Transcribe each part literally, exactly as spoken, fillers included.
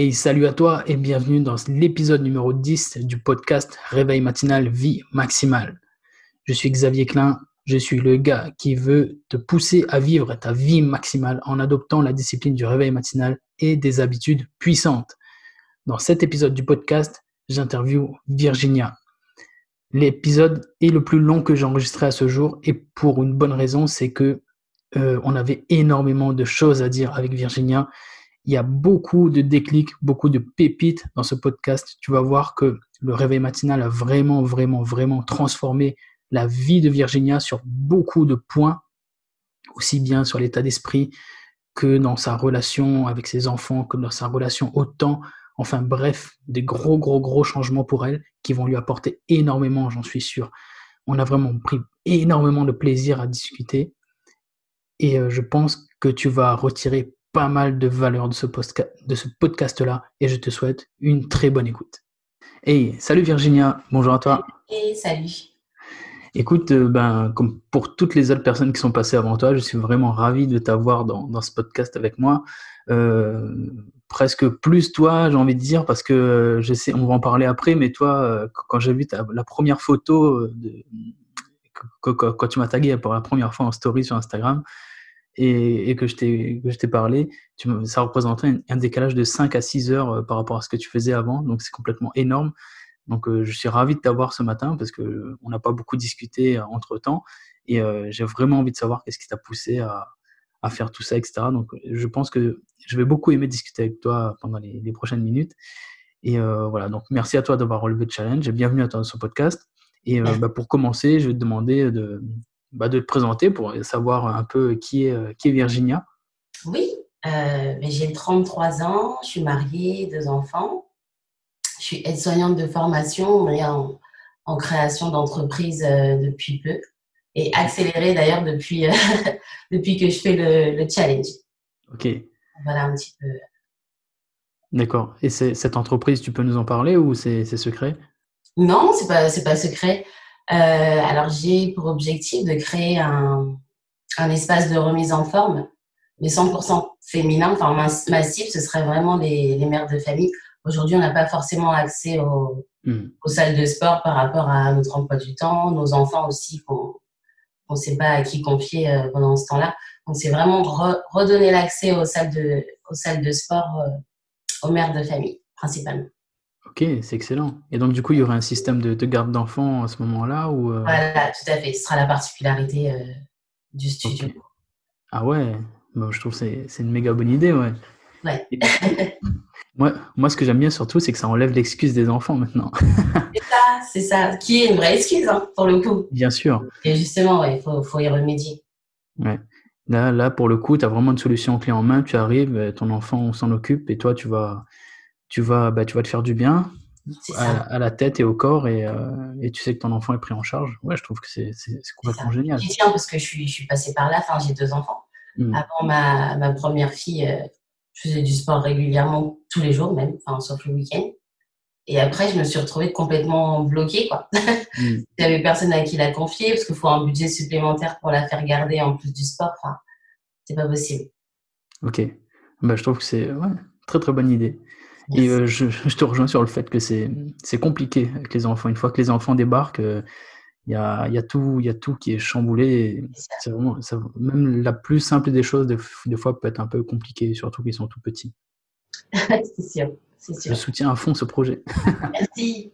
Hey, salut à toi et bienvenue dans l'épisode numéro dix du podcast Réveil matinal Vie maximale. Je suis Xavier Klein, je suis le gars qui veut te pousser à vivre ta vie maximale en adoptant la discipline du réveil matinal et des habitudes puissantes. Dans cet épisode du podcast, j'interviewe Virginia. L'épisode est le plus long que j'ai enregistré à ce jour et pour une bonne raison, c'est que euh, on avait énormément de choses à dire avec Virginia. Il y a beaucoup de déclics, beaucoup de pépites dans ce podcast. Tu vas voir que le réveil matinal a vraiment, vraiment, vraiment transformé la vie de Virginia sur beaucoup de points, aussi bien sur l'état d'esprit que dans sa relation avec ses enfants, que dans sa relation au temps. Enfin bref, des gros, gros, gros changements pour elle qui vont lui apporter énormément, j'en suis sûr. On a vraiment pris énormément de plaisir à discuter et euh, je pense que tu vas retirer pas mal de valeur de ce, postka- de ce podcast-là et je te souhaite une très bonne écoute. Hey, salut Virginia, bonjour à toi. Et salut. Écoute, euh, ben, comme pour toutes les autres personnes qui sont passées avant toi, je suis vraiment ravi de t'avoir dans, dans ce podcast avec moi. Euh, presque plus toi, j'ai envie de dire, parce que euh, je sais, on va en parler après, mais toi, euh, quand j'ai vu ta, la première photo euh, de, que- que- quand tu m'as tagué pour la première fois en story sur Instagram, et, et que je t'ai que je t'ai parlé, tu me- ça représentait un, un décalage de cinq à six heures euh, par rapport à ce que tu faisais avant, donc c'est complètement énorme. Donc euh, je suis ravi de t'avoir ce matin parce que euh, on n'a pas beaucoup discuté euh, entre-temps et euh, j'ai vraiment envie de savoir qu'est-ce qui t'a poussé à, à faire tout ça, et cetera. Donc euh, je pense que je vais beaucoup aimer discuter avec toi pendant les, les prochaines minutes. Et euh, voilà, donc merci à toi d'avoir relevé le challenge et bienvenue à toi sur ce podcast. Et euh, bah, pour commencer, je vais te demander de, bah, de te présenter pour savoir un peu qui est, euh, qui est Virginia. Oui, euh, mais j'ai trente-trois ans, je suis mariée, deux enfants. Je suis aide-soignante de formation et en, en création d'entreprise euh, depuis peu et Ok, accélérée d'ailleurs depuis, euh, depuis que je fais le, le challenge. ok, Voilà un petit peu. d'accord. Et c'est, cette entreprise, tu peux nous en parler ou c'est, c'est secret? Non, c'est pas, c'est pas secret. Euh, alors, j'ai pour objectif de créer un, un espace de remise en forme, mais cent pour cent féminin. Enfin, ma, ma cible, ce serait vraiment les, les mères de famille. Aujourd'hui, on n'a pas forcément accès au, Hmm. aux salles de sport par rapport à notre emploi du temps, nos enfants aussi qu'on ne sait pas à qui confier euh, pendant ce temps-là. Donc, c'est vraiment re, redonner l'accès aux salles de, aux salles de sport euh, aux mères de famille, principalement. Ok, c'est excellent. Et donc, du coup, il y aurait un système de, de garde d'enfants à ce moment-là ou euh, Voilà, tout à fait. Ce sera la particularité euh, du Ok. studio. Ah ouais, bah, je trouve que c'est, c'est une méga bonne idée, ouais. Ouais. Et du coup, moi, moi, ce que j'aime bien surtout, c'est que ça enlève l'excuse des enfants maintenant. C'est ça, c'est ça. Qui est une vraie excuse, hein, pour le coup. Bien sûr. Et justement, il ouais, faut, faut y remédier. Ouais. Là, là, pour le coup, tu as vraiment une solution clé en main. Tu arrives, euh, ton enfant, on s'en occupe et toi, tu vas, tu vas, bah, tu vas te faire du bien C'est à, ça, à la tête et au corps et, euh, et tu sais que ton enfant est pris en charge. Ouais, je trouve que c'est, c'est, c'est c'est complètement ça. génial. J'y tiens parce que je suis, je suis passée par là. Enfin, j'ai deux enfants. Hmm. Avant ma, ma première fille, euh, je faisais du sport régulièrement, tous les jours même, enfin, sauf le week-end. Et après, je me suis retrouvée complètement bloquée, quoi. Hmm. J'avais personne à qui la confier parce qu'il faut un budget supplémentaire pour la faire garder en plus du sport. Enfin, c'est pas possible. Ok. Bah, je trouve que c'est ouais, très très bonne idée. Et Merci. euh, je, je te rejoins sur le fait que c'est c'est compliqué avec les enfants. Une fois que les enfants débarquent, euh, il y a, il y a tout, il y a tout qui est chamboulé. Et C'est ça. c'est vraiment, ça- même la plus simple des choses, des, des fois, peut être un peu compliqué, surtout qu'ils sont tout petits. C'est sûr, c'est Je sûr. soutiens à fond ce projet. Merci.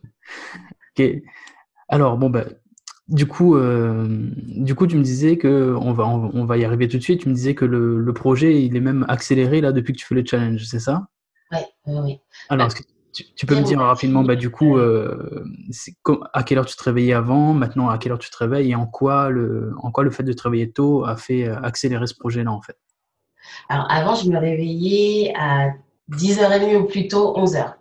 Ok. Alors, bon, bah, du coup, euh, du coup, tu me disais que on va, on, on va y arriver tout de suite. Tu me disais que le, le projet, il est même accéléré là depuis que tu fais le challenge, c'est ça? Ouais, ouais, ouais. Alors, Bah, est-ce que tu, tu peux me dire, on dire a rapidement, fini. bah, du coup, euh, euh, c'est com- à quelle heure tu te réveillais avant, maintenant à quelle heure tu te réveilles et en quoi le, en quoi le fait de te réveiller tôt a fait euh, accélérer ce projet-là, en fait? Alors, avant, je me réveillais à dix heures trente ou plutôt onze heures.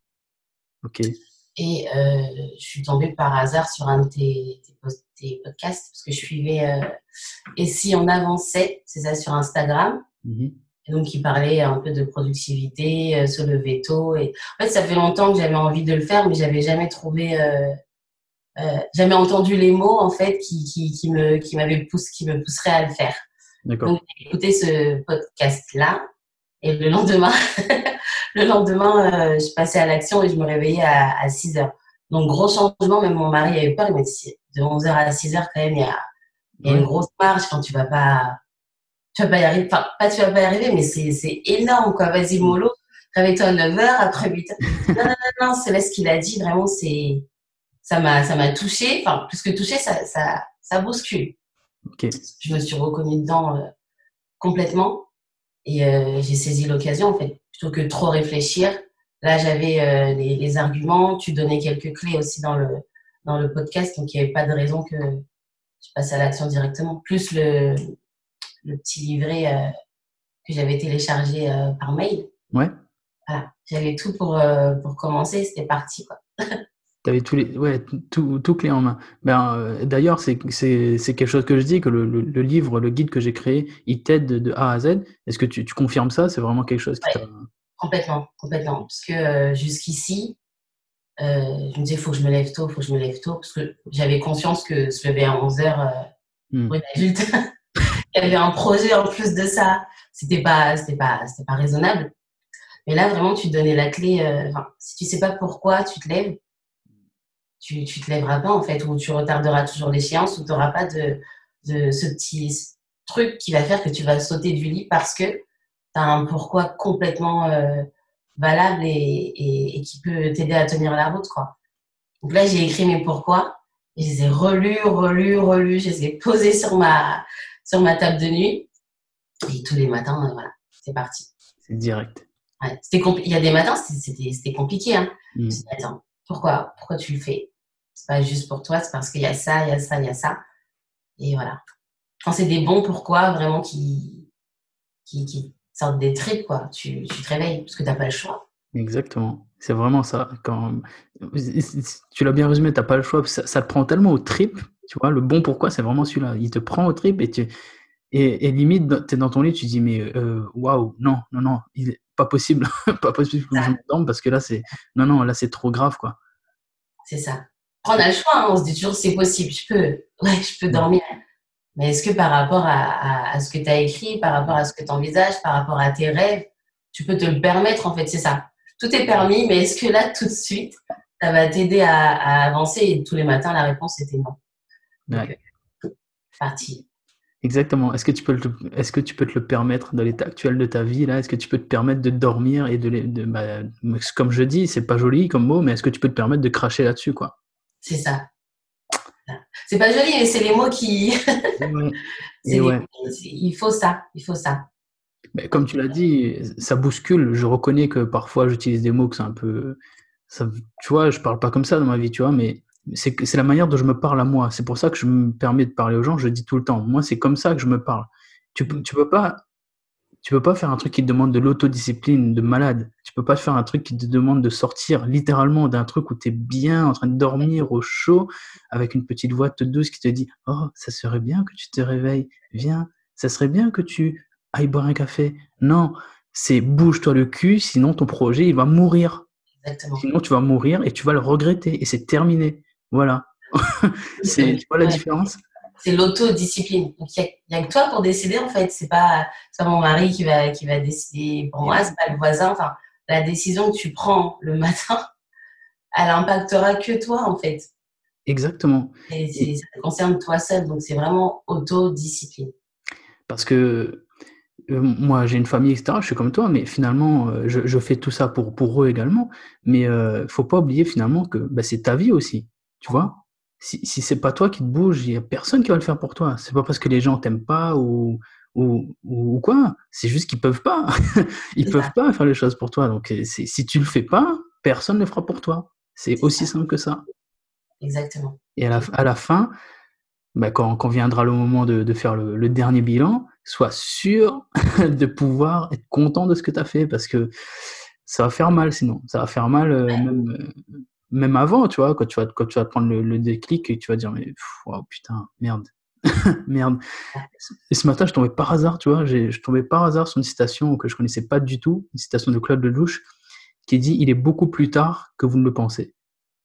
Ok. Et euh, je suis tombée par hasard sur un de tes, tes, post- tes podcasts parce que je suivais euh, Et si on avançait, c'est ça sur Instagram. Mhm. Et donc, il parlait un peu de productivité, euh, se lever tôt. Et... En fait, ça fait longtemps que j'avais envie de le faire, mais j'avais jamais trouvé, euh, euh, jamais entendu les mots en fait qui, qui, qui me, qui m'avaient poussé, qui me pousseraient à le faire. D'accord. Donc, j'ai écouté ce podcast-là et le lendemain, Le lendemain, euh, je passais à l'action et je me réveillais à, à six heures. Donc, gros changement. Même mon mari avait peur. Il m'a dit, de onze heures à six heures, quand même, il y a, il y a Ouais. une grosse marge quand tu vas pas, tu vas pas y arriver. Enfin, pas tu vas pas y arriver, mais c'est, c'est énorme, quoi. Vas-y, mollo. Réveille-toi à neuf heures, après huit heures. Non, non, non, non, c'est là ce qu'il a dit. Vraiment, c'est, ça m'a, ça m'a touchée. Enfin, plus que touchée, ça, ça, ça bouscule. Ok. Je me suis reconnue dedans euh, complètement. Et euh, j'ai saisi l'occasion, en fait, plutôt que de trop réfléchir. Là, j'avais euh, les, les arguments. Tu donnais quelques clés aussi dans le, dans le podcast, donc il n'y avait pas de raison que je passe à l'action directement. Plus le, le petit livret euh, que j'avais téléchargé euh, par mail. Ouais. Voilà. J'avais tout pour, euh, pour commencer. C'était parti, quoi. Tu avais tous les, ouais, tout, tout clé en main. Ben, euh, d'ailleurs, c'est, c'est, c'est quelque chose que je dis, que le, le, le livre, le guide que j'ai créé, il t'aide de, de A à Z. Est-ce que tu, tu confirmes ça? C'est vraiment quelque chose qui t'a... Ouais, complètement, complètement. Parce que euh, jusqu'ici, euh, je me disais, il faut que je me lève tôt, il faut que je me lève tôt. Parce que j'avais conscience que se lever à onze heures euh, Hmm. pour une adulte, il y avait un projet en plus de ça. C'était pas, c'était pas, c'était pas raisonnable. Mais là, vraiment, tu te donnais la clé. Euh, enfin, si tu sais pas pourquoi tu te lèves, tu, tu te lèveras pas, en fait, ou tu retarderas toujours l'échéance, ou tu n'auras pas de, de ce petit truc qui va faire que tu vas sauter du lit parce que tu as un pourquoi complètement euh, valable et, et, et qui peut t'aider à tenir la route, quoi. Donc là, j'ai écrit mes pourquoi et je les ai relus, relus, relus. Je les ai posés sur ma, sur ma table de nuit. Et tous les matins, euh, voilà, c'est parti. C'est direct. Ouais, c'était compli- Il y a des matins, c'était, c'était compliqué. Hein. Hmm. Je me suis dit, attends, pourquoi, pourquoi tu le fais? C'est pas juste pour toi, c'est parce qu'il y a ça, il y a ça, il y a ça. Et voilà. Quand c'est des bons pourquoi, vraiment, qui, qui, qui sortent des tripes, quoi, tu, tu te réveilles parce que t'as pas le choix. Exactement. C'est vraiment ça. Quand... Tu l'as bien résumé, t'as pas le choix. Ça, ça te prend tellement aux tripes. Tu vois, le bon pourquoi, c'est vraiment celui-là. Il te prend aux tripes et tu... Et, et limite, tu es dans ton lit, tu dis, mais euh, waouh, non, non, non, il est pas possible, pas possible que je m'endorme parce que là, c'est, non, non, là, c'est trop grave, quoi. C'est ça. Après, on a le choix, hein, on se dit toujours, c'est possible, je peux, ouais, je peux dormir. Mais est-ce que par rapport à, à, à ce que tu as écrit, par rapport à ce que tu envisages, par rapport à tes rêves, tu peux te le permettre, en fait, c'est ça. Tout est permis, mais est-ce que là, tout de suite, ça va t'aider à, à avancer? Et tous les matins, la réponse était non. Donc, Ouais. euh, parti. Exactement. Est-ce que tu peux te, est-ce que tu peux te le permettre dans l'état actuel de ta vie, là? Est-ce que tu peux te permettre de dormir et de, les- de bah, comme je dis, c'est pas joli comme mot, mais est-ce que tu peux te permettre de cracher là-dessus, quoi? C'est ça. C'est pas joli, mais c'est les mots qui. Ouais. c'est Et les... ouais. Il faut ça, il faut ça. Mais comme tu l'as dit, ça bouscule. Je reconnais que parfois j'utilise des mots que c'est un peu, ça, tu vois, je parle pas comme ça dans ma vie, tu vois, mais c'est que- c'est la manière dont je me parle à moi. C'est pour ça que je me permets de parler aux gens. Je dis tout le temps. Moi, c'est comme ça que je me parle. Tu peux, tu peux pas, tu peux pas faire un truc qui te demande de l'autodiscipline de malade. Tu peux pas faire un truc qui te demande de sortir littéralement d'un truc où tu es bien en train de dormir au chaud avec une petite voix toute douce qui te dit oh, ça serait bien que tu te réveilles, viens, ça serait bien que tu ailles boire un café. Non, c'est bouge-toi le cul, sinon ton projet il va mourir. Exactement. Sinon tu vas mourir et tu vas le regretter et c'est terminé. Voilà. c'est, tu vois la Ouais. différence? C'est l'autodiscipline. Donc, il n'y a, a que toi pour décider, en fait. C'est pas, c'est pas mon mari qui va, qui va décider pour moi, c'est pas le voisin. Enfin, la décision que tu prends le matin, elle impactera que toi, en fait. Exactement. Et Et ça te concerne toi seul. Donc, c'est vraiment autodiscipline. parce que euh, moi, j'ai une famille, et cetera. Je suis comme toi, mais finalement, euh, je, je fais tout ça pour, pour eux également. Mais euh, faut pas oublier finalement que bah, c'est ta vie aussi. Tu vois? Si, si c'est pas toi qui te bouge, il y a personne qui va le faire pour toi. C'est pas parce que les gens t'aiment pas ou, ou, ou quoi. C'est juste qu'ils peuvent pas. Ils C'est peuvent ça. pas faire les choses pour toi. Donc, euh, c'est, si tu le fais pas, personne ne le fera pour toi. C'est C'est aussi ça. simple que ça. Exactement. Et à la, à la fin, bah, quand, quand viendra le moment de, de faire le, le dernier bilan, sois sûr de pouvoir être content de ce que tu as fait parce que ça va faire mal sinon. Ça va faire mal euh, même, euh, même avant, tu vois, quand tu vas, quand tu vas prendre le, le déclic et que tu vas dire, mais pff, wow, putain, merde, merde. Et ce matin, je tombais par hasard, tu vois, j'ai, je tombais par hasard sur une citation que je connaissais pas du tout, une citation de Claude Lelouch qui dit, il est beaucoup plus tard que vous ne le pensez.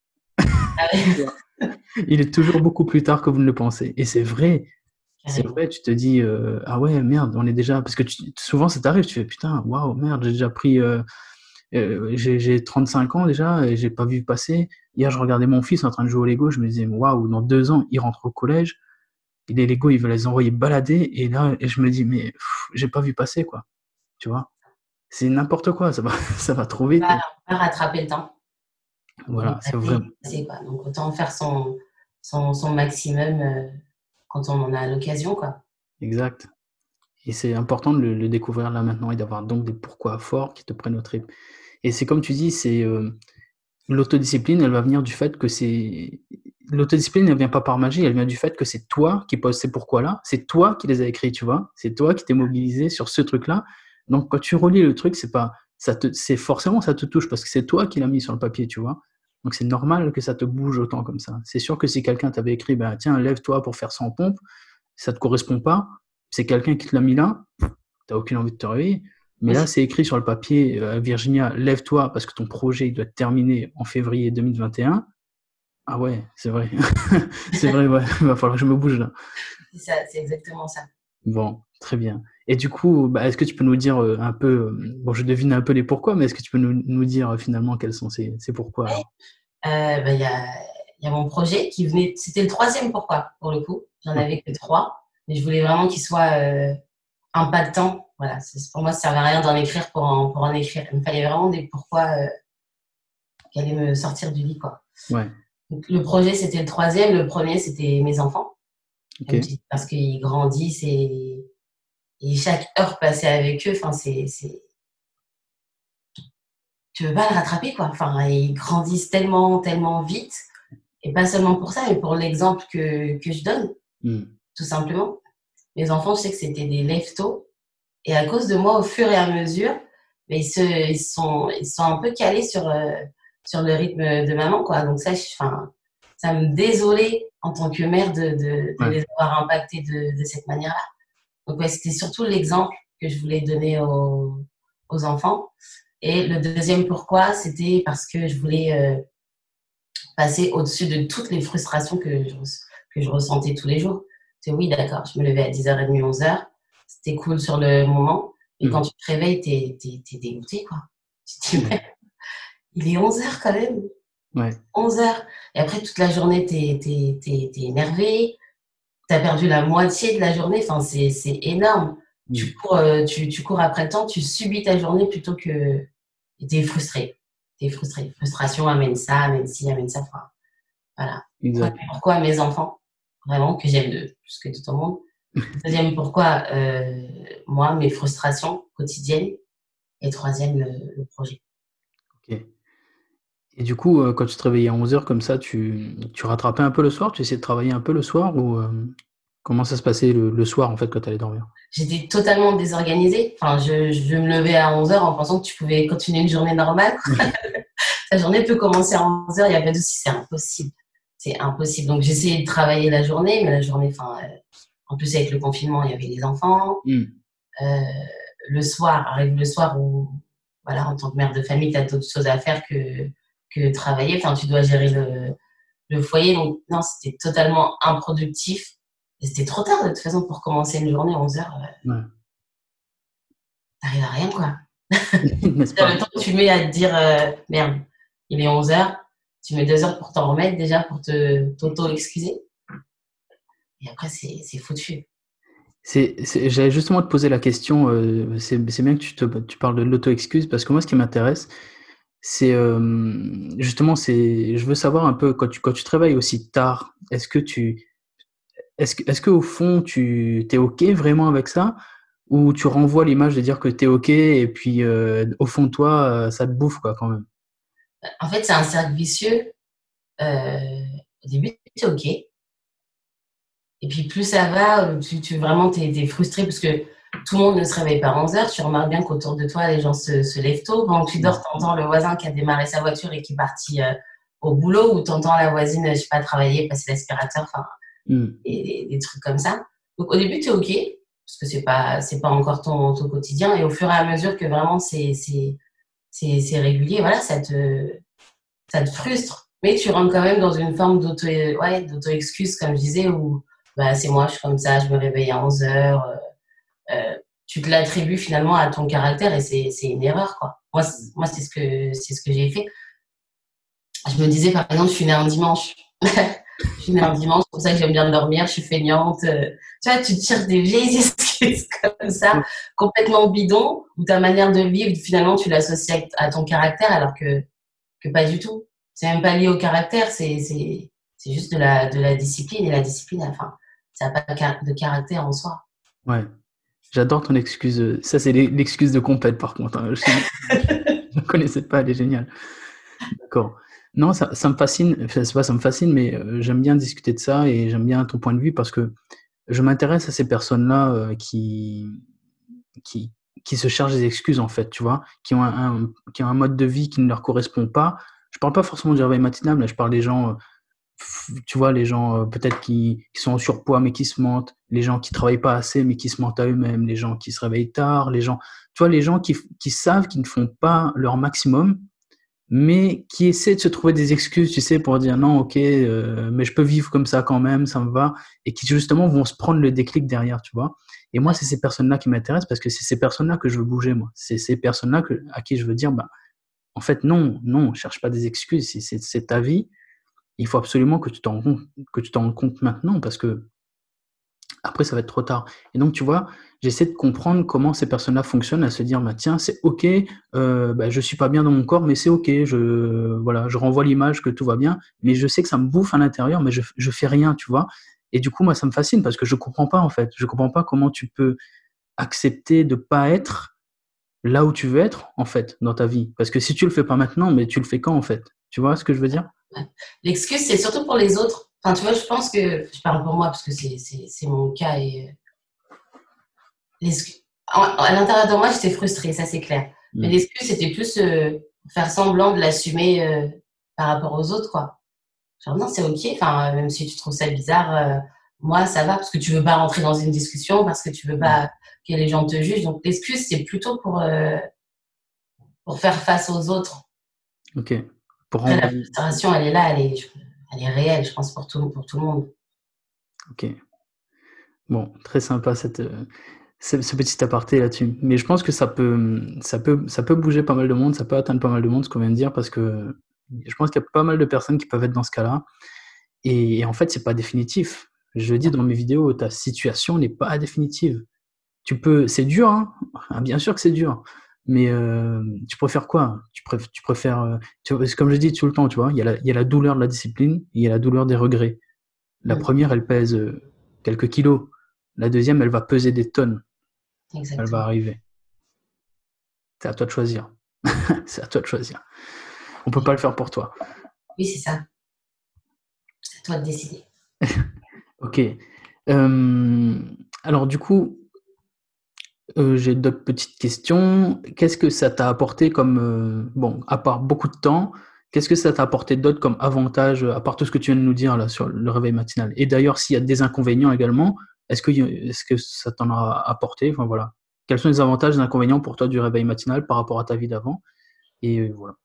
Ah ouais. Il est toujours beaucoup plus tard que vous ne le pensez. Et c'est vrai. C'est Carrément. vrai, tu te dis, euh, ah ouais, merde, on est déjà. Parce que tu- souvent, ça t'arrive, tu fais putain, waouh, merde, j'ai déjà pris. euh, euh, j'ai, j'ai trente-cinq ans déjà et j'ai pas vu passer. Hier, je regardais mon fils en train de jouer au Lego, je me disais, waouh, dans deux ans, il rentre au collège, et les Lego, il va les envoyer balader, et là, et je me dis, mais pff, j'ai pas vu passer, quoi. Tu vois? C'est n'importe quoi, ça va, ça va trop On vite. va, Et on va rattraper le temps. Le voilà, c'est passé vrai, est passé, quoi. Donc, autant faire son, son, son maximum euh, quand on en a l'occasion, quoi. exact. Et c'est important de le, le découvrir là maintenant et d'avoir donc des pourquoi forts qui te prennent au trip. Et c'est comme tu dis, c'est euh, l'autodiscipline, elle va venir du fait que c'est l'autodiscipline, elle vient pas par magie, elle vient du fait que c'est toi qui poses ces pourquoi-là, c'est toi qui les as écrits, tu vois, c'est toi qui t'es mobilisé sur ce truc-là. Donc quand tu relis le truc, c'est pas ça te c'est forcément ça te touche parce que c'est toi qui l'as mis sur le papier, tu vois. Donc c'est normal que ça te bouge autant comme ça. C'est sûr que si quelqu'un t'avait écrit, ben tiens, lève-toi pour faire cent pompes, ça te correspond pas, c'est quelqu'un qui te l'a mis là, t'as aucune envie de te réveiller. Mais là, Oui. c'est écrit sur le papier, euh, Virginia, lève-toi parce que ton projet il doit être terminé en février deux mille vingt et un. Ah ouais, c'est vrai. C'est vrai, ouais. Il va falloir que je me bouge là. C'est ça, c'est exactement ça. Bon, très bien. Et du coup, bah, est-ce que tu peux nous dire euh, un peu, euh, bon, je devine un peu les pourquoi, mais est-ce que tu peux nous, nous dire euh, finalement quels sont ces, ces pourquoi alors? Euh, bah, il y a, il y a mon projet qui venait, c'était le troisième pourquoi, pour le coup. J'en Ok. avais que trois, mais je voulais vraiment qu'il soit euh, impactant. Voilà, c'est, pour moi, ça servait à rien d'en écrire pour en, pour en écrire. Il me fallait vraiment des pourquoi euh, qui allaient me sortir du lit, quoi. Ouais, Donc, le projet, c'était le troisième. Le premier, c'était mes enfants. ok. Comme tu dis, parce qu'ils grandissent et, et chaque heure passée avec eux, enfin, c'est, c'est, tu veux pas le rattraper, quoi. Enfin, ils grandissent tellement, tellement vite. Et pas seulement pour ça, mais pour l'exemple que, que je donne, Hmm. tout simplement. Mes enfants, je sais que c'était des lève-tôt. Et à cause de moi, au fur et à mesure, mais ils, se, ils, sont, ils sont un peu calés sur, euh, sur le rythme de maman, quoi. Donc ça, je, enfin, ça me désolait en tant que mère de, de, de Ouais, les avoir impactés de, de cette manière-là. Donc ouais, c'était surtout l'exemple que je voulais donner aux, aux enfants. Et le deuxième pourquoi, c'était parce que je voulais euh, passer au-dessus de toutes les frustrations que je, que je ressentais tous les jours. C'est oui, d'accord, je me levais à dix heures trente, onze heures. C'était cool sur le moment. Mais quand hmm. tu te réveilles, t'es, t'es, t'es dégoûté, quoi. Tu te dis, Ouais, mais il est onze heures quand même. ouais, onze heures. Et après, toute la journée, t'es, t'es, t'es, t'es énervé. T'as perdu la moitié de la journée. Enfin, c'est, c'est énorme. Tu hmm. cours, euh, tu, tu cours après le temps, tu subis ta journée plutôt que. Et t'es frustré. T'es frustré. Frustration amène ça, amène ci, amène ça. Enfin, voilà. Premier, Exact. pourquoi mes enfants, vraiment, que j'aime de plus que tout au monde. Deuxième, pourquoi euh, moi, mes frustrations quotidiennes. Et troisième, le, le projet. Ok. Et du coup, euh, quand tu te réveillais à onze heures comme ça, tu, tu rattrapais un peu le soir? Tu essayais de travailler un peu le soir ou euh, comment ça se passait le, le soir en fait quand tu allais dormir? J'étais totalement désorganisée. Enfin, je, je me levais à onze heures en pensant que tu pouvais continuer une journée normale. Ta journée peut commencer à onze heures, il n'y a pas de souci, c'est impossible. C'est impossible. Donc, j'essayais de travailler la journée, mais la journée, enfin, euh, en plus, avec le confinement, il y avait les enfants. Hmm. Euh, le soir, arrive le soir où, voilà, en tant que mère de famille, tu as d'autres choses à faire que, que travailler. Enfin, tu dois gérer le, le foyer. Donc, non, c'était totalement improductif. Et c'était trop tard, de toute façon, pour commencer une journée à onze heures. Euh, Ouais. t'arrives à rien, quoi. N'est-ce Le pas? temps que tu mets à te dire, euh, merde, il est onze heures, tu mets deux heures pour t'en remettre déjà, pour te, t'auto-excuser. Et après, c'est, c'est foutu. C'est, c'est- j'allais justement te poser la question, euh, c'est, c'est bien que tu, te, tu parles de l'auto-excuse, parce que moi, ce qui m'intéresse, c'est euh, justement, c'est, je veux savoir un peu, quand tu, quand tu te réveilles aussi tard, est-ce que tu, est-ce que, est-ce que au fond, tu t'es OK vraiment avec ça, ou tu renvoies l'image de dire que t'es OK, et puis euh, au fond de toi, euh, ça te bouffe, quoi, quand même. En fait, c'est un cercle vicieux. Euh, au début, c'est OK. Et puis, plus ça va, tu, tu vraiment, t'es, t'es frustré parce que tout le monde ne se réveille pas à onze heures. Tu remarques bien qu'autour de toi, les gens se, se lèvent tôt. Pendant que tu dors, t'entends le voisin qui a démarré sa voiture et qui est parti euh, au boulot, ou t'entends la voisine, je sais pas, travailler, passer l'aspirateur, enfin, Hmm. et des, des trucs comme ça. Donc, au début, tu es OK, parce que c'est pas, c'est pas encore ton, ton quotidien. Et au fur et à mesure que vraiment c'est, c'est, c'est, c'est régulier, voilà, ça te, ça te frustre. Mais tu rentres quand même dans une forme d'auto, ouais, d'auto-excuse, comme je disais, où bah, c'est moi, je suis comme ça, je me réveille à onze heures. Euh, euh, tu te l'attribues finalement à ton caractère et c'est, c'est une erreur, quoi. Moi, c'est, moi, c'est ce que, c'est ce que j'ai fait. Je me disais, par exemple, je suis née un dimanche. Je suis née un dimanche, c'est pour ça que j'aime bien dormir, je suis feignante. Euh, tu vois, tu te tires des vieilles excuses comme ça, complètement bidon, où ta manière de vivre, finalement, tu l'associes à ton caractère, alors que, que pas du tout. C'est même pas lié au caractère, c'est, c'est, c'est juste de la, de la discipline. Et la discipline, enfin, ça n'a pas de caractère en soi. Ouais. J'adore ton excuse. Ça, c'est l'excuse de compète, par contre. Hein. Je ne connaissais pas, elle est géniale. D'accord. Non, ça, ça me fascine. Enfin, c'est pas ça me fascine, mais euh, j'aime bien discuter de ça et j'aime bien ton point de vue parce que je m'intéresse à ces personnes-là euh, qui, qui, qui se cherchent des excuses, en fait, tu vois, qui ont un, un- qui ont un mode de vie qui ne leur correspond pas. Je parle pas forcément du réveil matinal, mais je parle des gens, euh, f- tu vois, les gens euh, peut-être qui, qui sont en surpoids mais qui se mentent, les gens qui travaillent pas assez mais qui se mentent à eux-mêmes, les gens qui se réveillent tard, les gens, tu vois, les gens qui, qui savent qu'ils ne font pas leur maximum mais qui essaie de se trouver des excuses, tu sais, pour dire non, ok, euh, mais je peux vivre comme ça quand même, ça me va, et qui justement vont se prendre le déclic derrière, tu vois. Et moi, c'est ces personnes-là qui m'intéressent parce que c'est ces personnes-là que je veux bouger, moi. C'est ces personnes-là que, à qui je veux dire, bah, en fait, non, non, cherche pas des excuses, c'est, c'est, c'est ta vie. Il faut absolument que tu t'en rends, que tu t'en rendes compte maintenant parce que après, ça va être trop tard. Et donc, tu vois, j'essaie de comprendre comment ces personnes-là fonctionnent, à se dire, bah, tiens, c'est OK, euh, bah, je suis pas bien dans mon corps, mais c'est OK, je, voilà, je renvoie l'image que tout va bien, mais je sais que ça me bouffe à l'intérieur, mais je, je fais rien, tu vois. Et du coup, moi, ça me fascine parce que je comprends pas, en fait. Je comprends pas comment tu peux accepter de pas être là où tu veux être, en fait, dans ta vie. Parce que si tu le fais pas maintenant, mais tu le fais quand, en fait? Tu vois ce que je veux dire? L'excuse, c'est surtout pour les autres. Enfin, tu vois, je pense que, je parle pour moi parce que c'est, c'est, c'est mon cas et l'excuse, à l'intérieur de moi, j'étais frustrée, ça c'est clair. Mm. Mais l'excuse, c'était plus euh, faire semblant de l'assumer euh, par rapport aux autres, quoi. Genre, non, c'est OK, enfin, même si tu trouves ça bizarre, euh, moi, ça va, parce que tu veux pas rentrer dans une discussion, parce que tu veux pas que les gens te jugent. Donc, l'excuse, c'est plutôt pour, euh, pour faire face aux autres. Ok. Pour Après, la renvoyer. frustration, elle est là, elle est, elle est réelle, je pense, pour tout, pour tout le monde. Ok. Bon, très sympa cette, euh, ce, ce petit aparté là-dessus. Mais je pense que ça peut, ça peut, ça peut bouger pas mal de monde, ça peut atteindre pas mal de monde, ce qu'on vient de dire, parce que je pense qu'il y a pas mal de personnes qui peuvent être dans ce cas-là. Et, et en fait, c'est pas définitif. Je le dis dans mes vidéos, ta situation n'est pas définitive. Tu peux, c'est dur, hein. Ah, bien sûr que c'est dur. Mais euh, tu préfères quoi? Tu préfères, tu préfères euh, tu vois, c'est comme je dis tout le temps, tu vois, il y a la, il y a la douleur de la discipline, et il y a la douleur des regrets. La Mm. première, elle pèse euh, quelques kilos. La deuxième, elle va peser des tonnes. Elle va Exactement. arriver. C'est à toi de choisir. C'est à toi de choisir. On peut Oui, pas le faire pour toi. oui, c'est ça. C'est à toi de décider. Ok. Euh, alors du coup, euh, j'ai d'autres petites questions. Qu'est-ce que ça t'a apporté comme, euh, bon, à part beaucoup de temps, qu'est-ce que ça t'a apporté d'autre comme avantage, à part tout ce que tu viens de nous dire là sur le réveil matinal? Et d'ailleurs, s'il y a des inconvénients également, est-ce que, est-ce que ça t'en a apporté? Enfin voilà. Quels sont les avantages et les inconvénients pour toi du réveil matinal par rapport à ta vie d'avant? Et euh, voilà.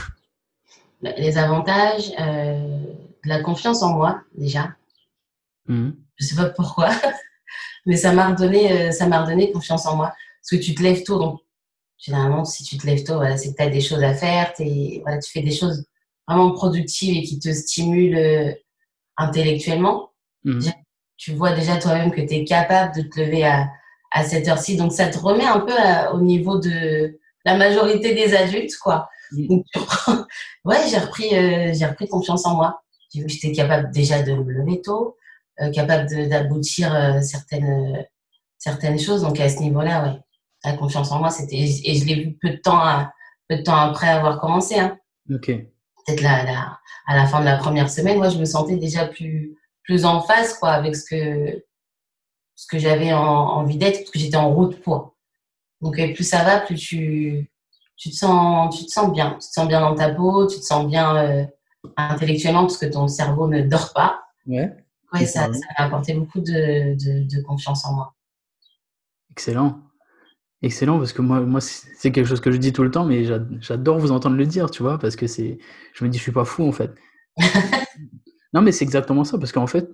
Les avantages, euh, de la confiance en moi, déjà. Mhm. Je sais pas pourquoi, mais ça m'a redonné, euh, ça m'a redonné confiance en moi. Parce que tu te lèves tôt, donc généralement, si tu te lèves tôt, voilà, c'est que tu as des choses à faire, t'es, voilà, tu fais des choses vraiment productives et qui te stimulent euh, intellectuellement. Mhm. Déjà, tu vois déjà toi-même que tu es capable de te lever à, à cette heure-ci, donc ça te remet un peu à- au niveau de la majorité des adultes, quoi. Mhm. Donc, tu reprends- ouais, j'ai repris, euh, j'ai repris confiance en moi. J'ai vu que j'étais capable déjà de me lever tôt, euh, capable de- d'aboutir euh, certaines, euh, certaines choses. Donc, à ce niveau-là, ouais, la confiance en moi, c'était, et je l'ai vu peu de temps, à- peu de temps après avoir commencé, hein. Ok. Peut-être la, la, à la fin de la première semaine, moi, je me sentais déjà plus, plus en phase, quoi, avec ce que, ce que j'avais en, envie d'être, parce que j'étais en route pour. Donc, euh, plus ça va, plus tu, tu te sens, tu te sens bien. Tu te sens bien dans ta peau, tu te sens bien euh, intellectuellement, parce que ton cerveau ne dort pas. Ouais. Ouais, ça, Littéralement. ça m'a apporté beaucoup de, de, de confiance en moi. Excellent. Excellent, parce que moi, moi c'est c'est quelque chose que je dis tout le temps, mais j'a- j'adore vous entendre le dire, tu vois, parce que c'est, je me dis, je suis pas fou, en fait. Non, mais c'est exactement ça, parce qu'en fait,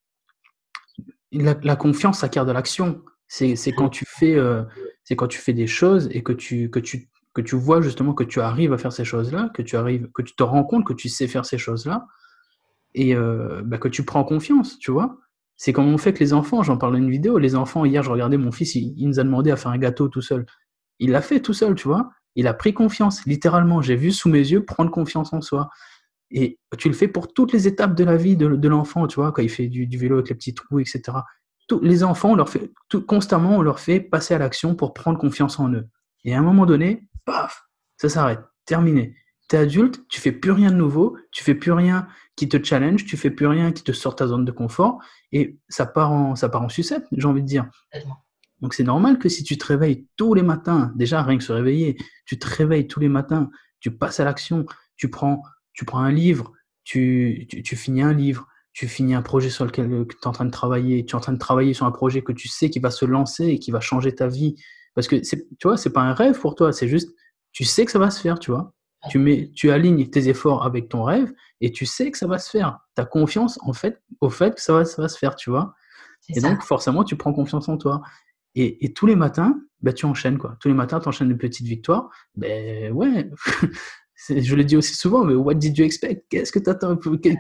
la, la confiance s'acquiert de l'action. C'est, c'est quand tu fais, euh, c'est quand tu fais des choses et que tu, que tu, que tu vois justement que tu arrives à faire ces choses-là, que tu arrives, que tu te rends compte que tu sais faire ces choses-là, et euh, bah, que tu prends confiance, tu vois. C'est comme on fait avec les enfants, j'en parlais dans une vidéo, les enfants, hier je regardais mon fils, il, il nous a demandé à faire un gâteau tout seul. Il l'a fait tout seul, tu vois. Il a pris confiance, littéralement. J'ai vu sous mes yeux prendre confiance en soi. Et tu le fais pour toutes les étapes de la vie de, de l'enfant, tu vois, quand il fait du, du vélo avec les petits trous, et cetera. Tous les enfants, on leur fait, tout, constamment, on leur fait passer à l'action pour prendre confiance en eux. Et à un moment donné, paf, ça s'arrête, terminé. T'es adulte, tu fais plus rien de nouveau, tu fais plus rien qui te challenge, tu fais plus rien qui te sort ta zone de confort, et ça part en, ça part en sucette, j'ai envie de dire. Donc c'est normal que si tu te réveilles tous les matins, déjà rien que se réveiller, tu te réveilles tous les matins, tu passes à l'action, tu prends, tu prends un livre, tu, tu, tu finis un livre, tu finis un projet sur lequel tu es en train de travailler, tu es en train de travailler sur un projet que tu sais qui va se lancer et qui va changer ta vie. Parce que c'est, tu vois, c'est pas un rêve pour toi, c'est juste, tu sais que ça va se faire, tu vois. Tu mets, tu alignes tes efforts avec ton rêve et tu sais que ça va se faire. Tu as confiance en fait, au fait que ça va, ça va se faire, tu vois. C'est et ça. Donc, forcément, tu prends confiance en toi. Et, et tous les matins, bah, tu enchaînes, quoi. Tous les matins, tu enchaînes une petite victoire. Ben ouais, je le dis aussi souvent, mais what did you expect? Qu'est-ce que t'attends?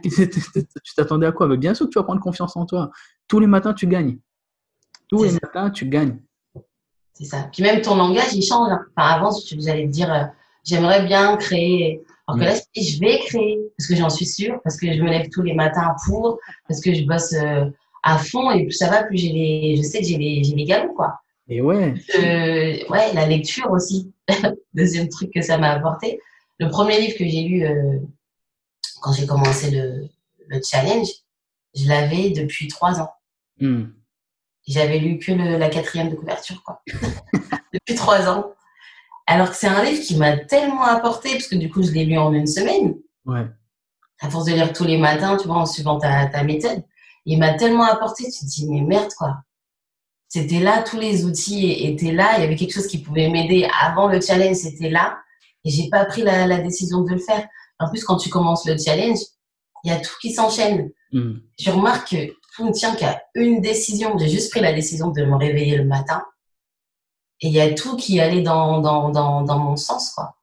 Tu t'attendais à quoi? Ben bien sûr que tu vas prendre confiance en toi. Tous les matins, tu gagnes. Tous les matins, tu gagnes. C'est ça. Puis même ton langage, il change. Enfin, avant, vous allez te dire, euh, j'aimerais bien créer. Alors que là, je vais créer, parce que j'en suis sûre, parce que je me lève tous les matins pour, parce que je bosse euh, à fond, et plus ça va, plus j'ai les, je sais que j'ai les, j'ai les galons, quoi. Et ouais. Euh, ouais, la lecture aussi. Deuxième truc que ça m'a apporté. Le premier livre que j'ai lu euh, quand j'ai commencé le, le challenge, je l'avais depuis trois ans. Mm. J'avais lu que le, la quatrième de couverture, quoi. Depuis trois ans. Alors que c'est un livre qui m'a tellement apporté, parce que du coup, je l'ai lu en une semaine. Ouais. À force de lire tous les matins, tu vois, en suivant ta, ta méthode. Il m'a tellement apporté, tu te dis, mais merde, quoi. C'était là, tous les outils étaient là. Il y avait quelque chose qui pouvait m'aider avant le challenge, c'était là. Et j'ai pas pris la, la décision de le faire. En plus, quand tu commences le challenge, il y a tout qui s'enchaîne. Mm. Je remarque que tout ne tient qu'à une décision. J'ai juste pris la décision de me réveiller le matin. Et il y a tout qui allait dans, dans, dans, dans mon sens, quoi.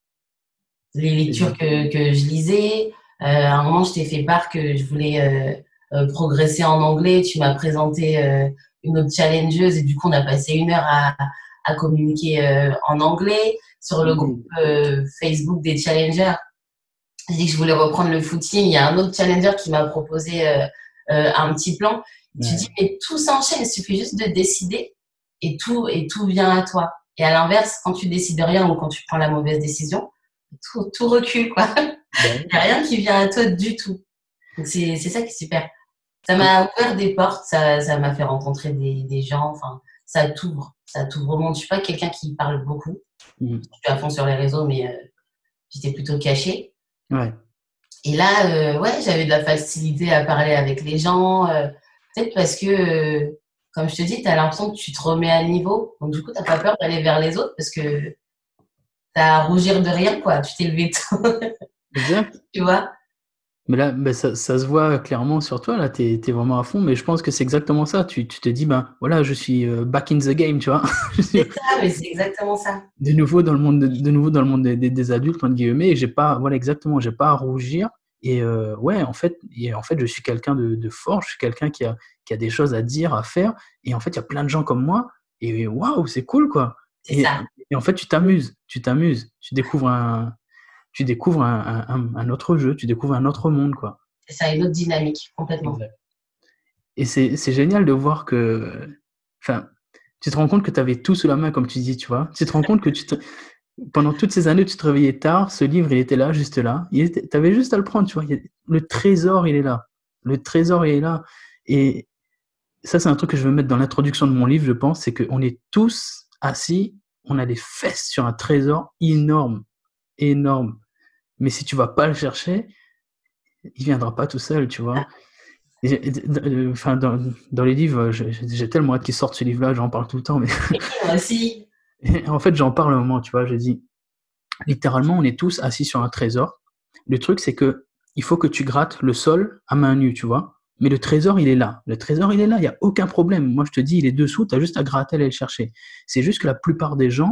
Les lectures que, que je lisais. Euh, à un moment, je t'ai fait part que je voulais euh, euh, progresser en anglais. Tu m'as présenté euh, une autre challengeuse et du coup, on a passé une heure à, à communiquer euh, en anglais sur le groupe euh, Facebook des challengers. J'ai dit que je voulais reprendre le footing. Il y a un autre challenger qui m'a proposé euh, euh, un petit plan. Ouais. Tu dis, mais tout s'enchaîne. Il suffit juste de décider et tout, et tout vient à toi. Et à l'inverse, quand tu décides rien ou quand tu prends la mauvaise décision, tout, tout recule, quoi. Ouais. Il n'y a rien qui vient à toi du tout. Donc, c'est, c'est ça qui est super. Ça m'a ouvert des portes, ça, ça m'a fait rencontrer des, des gens. Enfin, ça t'ouvre, ça t'ouvre au monde. Je suis pas quelqu'un qui parle beaucoup. Mmh. Je suis à fond sur les réseaux, mais euh, j'étais plutôt cachée. Ouais. Et là, euh, ouais, j'avais de la facilité à parler avec les gens. Euh, peut-être parce que, euh, comme je te dis, tu as l'impression que tu te remets à niveau. Donc, du coup, tu n'as pas peur d'aller vers les autres parce que tu as à rougir de rien, quoi. Tu t'es levé tôt. Exact. Tu vois? Mais là, ben ça, ça se voit clairement sur toi, là, tu es vraiment à fond, mais je pense que c'est exactement ça. Tu, tu te dis, ben voilà, je suis back in the game, tu vois. C'est ça, mais c'est exactement ça. De nouveau dans le monde, de, de nouveau dans le monde des, des, des adultes, entre guillemets, et j'ai pas, voilà, exactement, j'ai pas à rougir. Et euh, ouais, en fait, et en fait, je suis quelqu'un de, de fort, je suis quelqu'un qui a, qui a des choses à dire, à faire, et en fait, il y a plein de gens comme moi, et waouh, c'est cool, quoi. C'est et, ça. Et en fait, tu t'amuses, tu t'amuses, tu découvres un, tu découvres un, un, un autre jeu, tu découvres un autre monde, quoi. C'est ça, une autre dynamique, complètement. Exact. Et c'est, c'est génial de voir que, enfin, tu te rends compte que tu avais tout sous la main, comme tu dis, tu vois. Tu te rends compte que tu te, pendant toutes ces années, tu te réveillais tard, ce livre, il était là, juste là. Tu avais juste à le prendre, tu vois. Le trésor, il est là. Le trésor, il est là. Et ça, c'est un truc que je veux mettre dans l'introduction de mon livre, je pense, c'est qu'on est tous assis, on a les fesses sur un trésor énorme, énorme. Mais si tu vas pas le chercher, il viendra pas tout seul, tu vois. Et, et, enfin, dans, dans les livres, j'ai, j'ai tellement hâte qu'ils sortent ce livre-là, j'en parle tout le temps. Mais moi aussi. Et en fait, j'en parle un moment, tu vois, je dis, littéralement, on est tous assis sur un trésor. Le truc, c'est que il faut que tu grattes le sol à main nue, tu vois. Mais le trésor, il est là. Le trésor, il est là, il n'y a aucun problème. Moi, je te dis, il est dessous, tu as juste à gratter, aller le chercher. C'est juste que la plupart des gens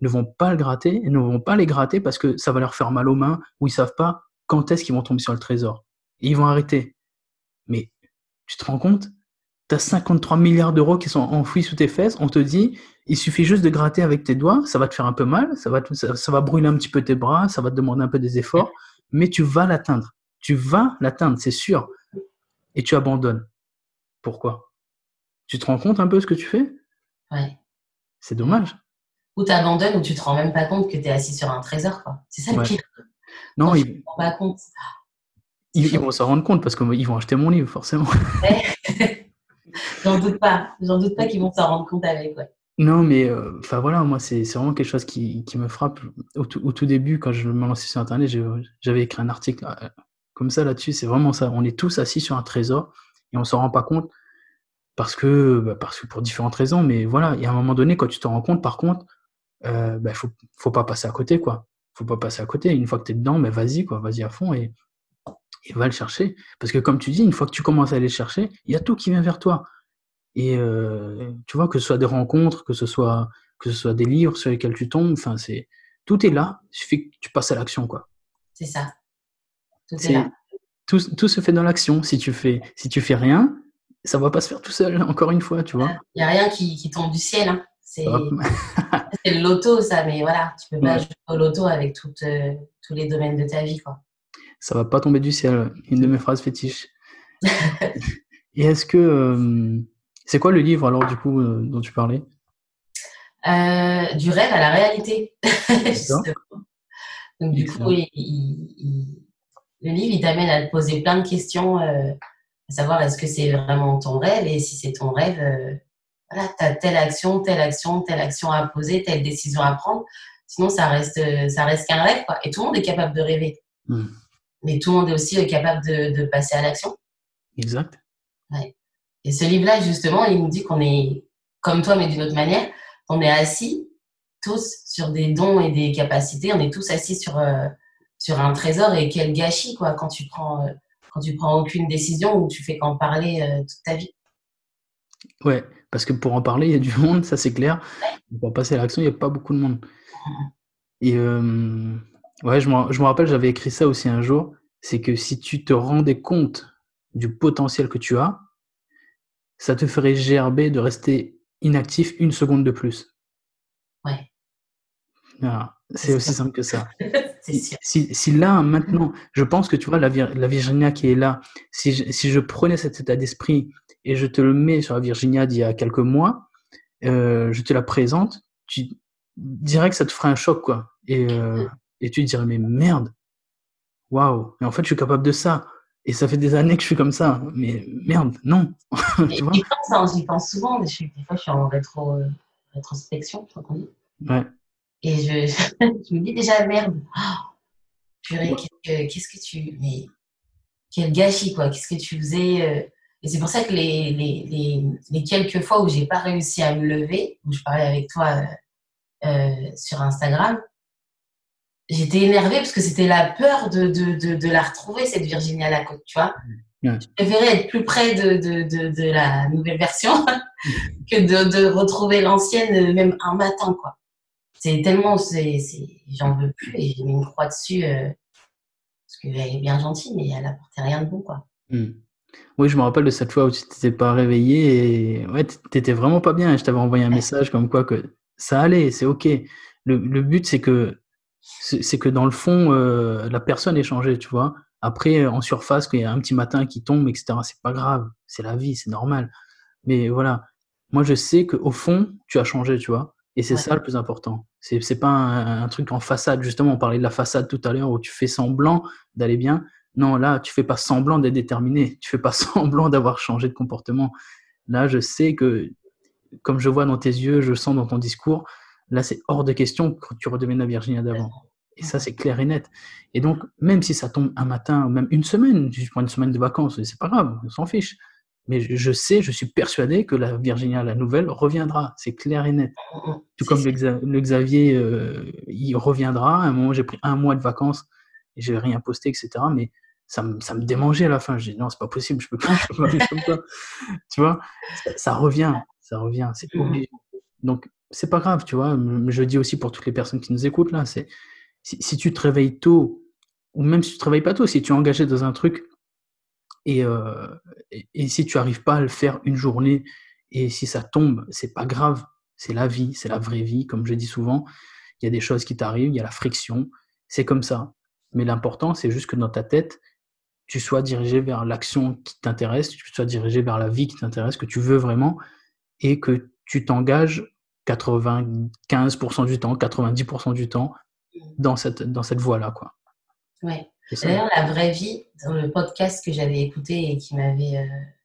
ne vont pas le gratter, et ne vont pas les gratter parce que ça va leur faire mal aux mains ou ils savent pas quand est-ce qu'ils vont tomber sur le trésor. Et ils vont arrêter. Mais tu te rends compte? Tu as cinquante-trois milliards d'euros qui sont enfouis sous tes fesses. On te dit, il suffit juste de gratter avec tes doigts. Ça va te faire un peu mal. Ça va, te, ça, ça va brûler un petit peu tes bras. Ça va te demander un peu des efforts. Mais tu vas l'atteindre. Tu vas l'atteindre, c'est sûr. Et tu abandonnes. Pourquoi? Tu te rends compte un peu ce que tu fais? Ouais. C'est dommage. Ou tu abandonnes ou tu te rends même pas compte que tu es assis sur un trésor, quoi. C'est ça le Ouais. pire. Non, Quand ils, tu te rends pas compte. ils, ils vont s'en rendre compte parce qu'ils vont acheter mon livre, forcément. Ouais. J'en doute pas. J'en doute pas qu'ils vont s'en rendre compte avec, ouais. Non, mais enfin euh, voilà, moi, c'est vraiment quelque chose qui, qui me frappe. Au tout, au tout début, quand je me lançais sur Internet, j'avais écrit un article euh, comme ça là-dessus. C'est vraiment ça. On est tous assis sur un trésor et on s'en rend pas compte parce que, bah, parce que pour différentes raisons. Mais voilà, et à un moment donné, quand tu t'en rends compte, par contre, euh, bah, faut, faut pas passer à côté, quoi. Faut pas passer à côté. Une fois que tu es dedans, bah, vas-y, quoi. Vas-y à fond et, et va le chercher. Parce que comme tu dis, une fois que tu commences à aller le chercher, il y a tout qui vient vers toi. Et euh, tu vois, que ce soit des rencontres, que ce soit, que ce soit des livres sur lesquels tu tombes, enfin, c'est, tout est là, il suffit que tu passes à l'action, quoi. C'est ça. Tout est là. C'est, tout, tout se fait dans l'action. Si tu fais, si tu fais rien, ça va pas se faire tout seul, encore une fois, tu vois. Il n'y a rien qui, qui tombe du ciel. Hein. C'est Ça le loto, ça, mais voilà, tu peux pas Ouais. jouer au loto avec toutes, euh, tous les domaines de ta vie, quoi. Ça va pas tomber du ciel, une de mes phrases fétiches. Et est-ce que, euh, c'est quoi le livre alors du coup euh, dont tu parlais? Euh, du rêve à la réalité. D'accord. Donc du Excellent. coup, il, il, il, le livre, il t'amène à te poser plein de questions, euh, à savoir est-ce que c'est vraiment ton rêve, et si c'est ton rêve, euh, voilà, tu as telle action, telle action, telle action à poser, telle décision à prendre. Sinon, ça reste, ça reste qu'un rêve, quoi. Et tout le monde est capable de rêver. Mmh. Mais tout le monde est aussi capable de, de passer à l'action. Exact. Ouais. Et ce livre-là, justement, il nous dit qu'on est comme toi, mais d'une autre manière. On est assis tous sur des dons et des capacités. On est tous assis sur, euh, sur un trésor. Et quel gâchis, quoi, quand tu prends, euh, quand tu prends aucune décision ou tu fais qu'en parler euh, toute ta vie. Ouais, parce que pour en parler, il y a du monde, ça c'est clair. Ouais. Pour passer à l'action, il n'y a pas beaucoup de monde. Et euh, ouais, je me, je me rappelle, j'avais écrit ça aussi un jour. C'est que si tu te rendais compte du potentiel que tu as, ça te ferait gerber de rester inactif une seconde de plus. Ouais. Voilà. C'est aussi simple que ça. C'est sûr. Si, si là, maintenant, je pense que tu vois, la, Vir- la Virginia qui est là, si je, si je prenais cet état d'esprit et je te le mets sur la Virginia d'il y a quelques mois, euh, je te la présente, tu dirais que ça te ferait un choc, quoi. Et, euh, et tu te dirais, mais merde, waouh, mais en fait, je suis capable de ça. Et ça fait des années que je suis comme ça. Mais merde, non. Tu Et vois? j'y pense, hein, j'y pense souvent. Je suis, des fois, je suis en rétro, euh, rétrospection, je crois qu'on dit. Ouais. Et je, je, je me dis déjà, merde, purée, Ouais. qu'est-ce que, qu'est-ce que tu. Mais quel gâchis, quoi. Qu'est-ce que tu faisais euh... Et c'est pour ça que les, les, les, les quelques fois où j'ai pas réussi à me lever, où je parlais avec toi euh, euh, sur Instagram, j'étais énervée parce que c'était la peur de, de, de, de la retrouver, cette Virginia Lacôte, tu vois. Ouais. Je préférais être plus près de, de, de, de la nouvelle version que de, de retrouver l'ancienne, même un matin, quoi. C'est tellement, c'est, c'est, j'en veux plus et j'ai mis une croix dessus euh, parce qu'elle est bien gentille, mais elle apportait rien de bon, quoi. Hmm. Oui, je me rappelle de cette fois où tu t'étais pas réveillé et ouais, t'étais vraiment pas bien. Je t'avais envoyé un Ouais. message comme quoi que ça allait, c'est ok. Le, le but, c'est que c'est c'est que dans le fond, euh, la personne est changée, tu vois. Après, en surface, qu'il y a un petit matin qui tombe, et cetera, c'est pas grave, c'est la vie, c'est normal. Mais voilà, moi je sais qu'au fond, tu as changé, tu vois. Et c'est Ouais. ça le plus important. C'est c'est pas un, un truc en façade, justement. On parlait de la façade tout à l'heure où tu fais semblant d'aller bien. Non, là, tu fais pas semblant d'être déterminé. Tu fais pas semblant d'avoir changé de comportement. Là, je sais que, comme je vois dans tes yeux, je sens dans ton discours, là, c'est hors de question que tu redeviennes la Virginia d'avant. Et ça, c'est clair et net. Et donc, même si ça tombe un matin, ou même une semaine, tu prends une semaine de vacances, c'est pas grave, on s'en fiche. Mais je sais, je suis persuadé que la Virginia, la nouvelle, reviendra. C'est clair et net. Tout C'est comme sûr. le, Xa- le Xavier, euh, il reviendra. À un moment, j'ai pris un mois de vacances et j'ai rien posté, et cetera. Mais ça me, ça me démangeait à la fin. J'ai dit non, c'est pas possible, je peux pas, je peux pas vivre comme ça. Tu vois, ça, ça revient, ça revient, c'est obligé. Donc, c'est pas grave, tu vois. Je le dis aussi pour toutes les personnes qui nous écoutent là, c'est si, si tu te réveilles tôt, ou même si tu te réveilles pas tôt, si tu es engagé dans un truc et, euh, et, et si tu arrives pas à le faire une journée et si ça tombe, c'est pas grave. C'est la vie, c'est la vraie vie, comme je dis souvent. Il y a des choses qui t'arrivent, il y a la friction, c'est comme ça. Mais l'important, c'est juste que dans ta tête, tu sois dirigé vers l'action qui t'intéresse, tu sois dirigé vers la vie qui t'intéresse, que tu veux vraiment, et que tu t'engages quatre-vingt-quinze pour cent du temps, quatre-vingt-dix pour cent du temps dans cette, dans cette voie-là, quoi. Ouais. C'est ça. D'ailleurs, la vraie vie, dans le podcast que j'avais écouté et qui m'avait